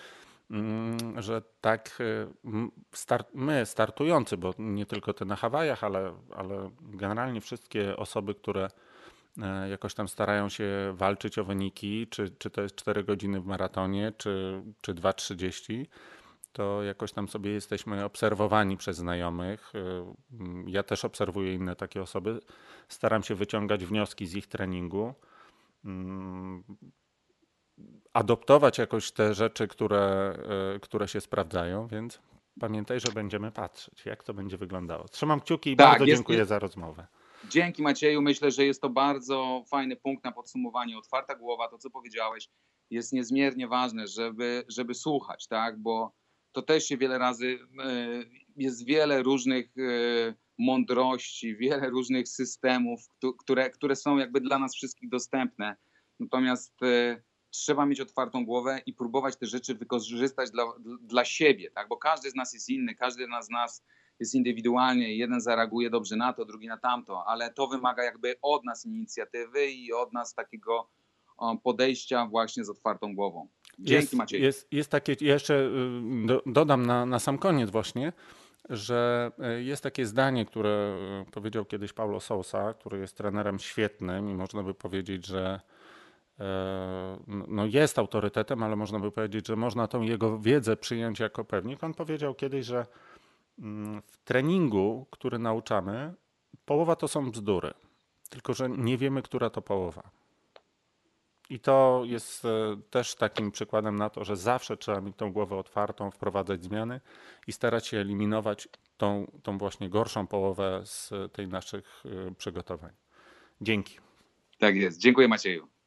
że tak start, my startujący, bo nie tylko ty na Hawajach, ale, ale generalnie wszystkie osoby, które jakoś tam starają się walczyć o wyniki, czy, czy to jest cztery godziny w maratonie, czy, czy dwa trzydzieści, to jakoś tam sobie jesteśmy obserwowani przez znajomych. Ja też obserwuję inne takie osoby. Staram się wyciągać wnioski z ich treningu. Adoptować jakoś te rzeczy, które, które się sprawdzają, więc pamiętaj, że będziemy patrzeć, jak to będzie wyglądało. Trzymam kciuki i tak, bardzo jest, dziękuję jest... za rozmowę. Dzięki Macieju. Myślę, że jest to bardzo fajny punkt na podsumowanie. Otwarta głowa, to co powiedziałeś, jest niezmiernie ważne, żeby, żeby słuchać, tak? Bo to też się wiele razy, jest wiele różnych mądrości, wiele różnych systemów, które, które są jakby dla nas wszystkich dostępne. Natomiast trzeba mieć otwartą głowę i próbować te rzeczy wykorzystać dla, dla siebie, tak? Bo każdy z nas jest inny, każdy z nas jest indywidualnie. Jeden zareaguje dobrze na to, drugi na tamto, ale to wymaga jakby od nas inicjatywy i od nas takiego podejścia właśnie z otwartą głową. Dzięki jest, Maciej. Jest, jest takie, jeszcze do, dodam na, na sam koniec właśnie, że jest takie zdanie, które powiedział kiedyś Paulo Sousa, który jest trenerem świetnym i można by powiedzieć, że no jest autorytetem, ale można by powiedzieć, że można tą jego wiedzę przyjąć jako pewnik. On powiedział kiedyś, że w treningu, który nauczamy, połowa to są bzdury, tylko że nie wiemy, która to połowa. I to jest też takim przykładem na to, że zawsze trzeba mieć tą głowę otwartą, wprowadzać zmiany i starać się eliminować tą, tą właśnie gorszą połowę z tej naszych przygotowań. Dzięki. Tak jest. Dziękuję, Macieju.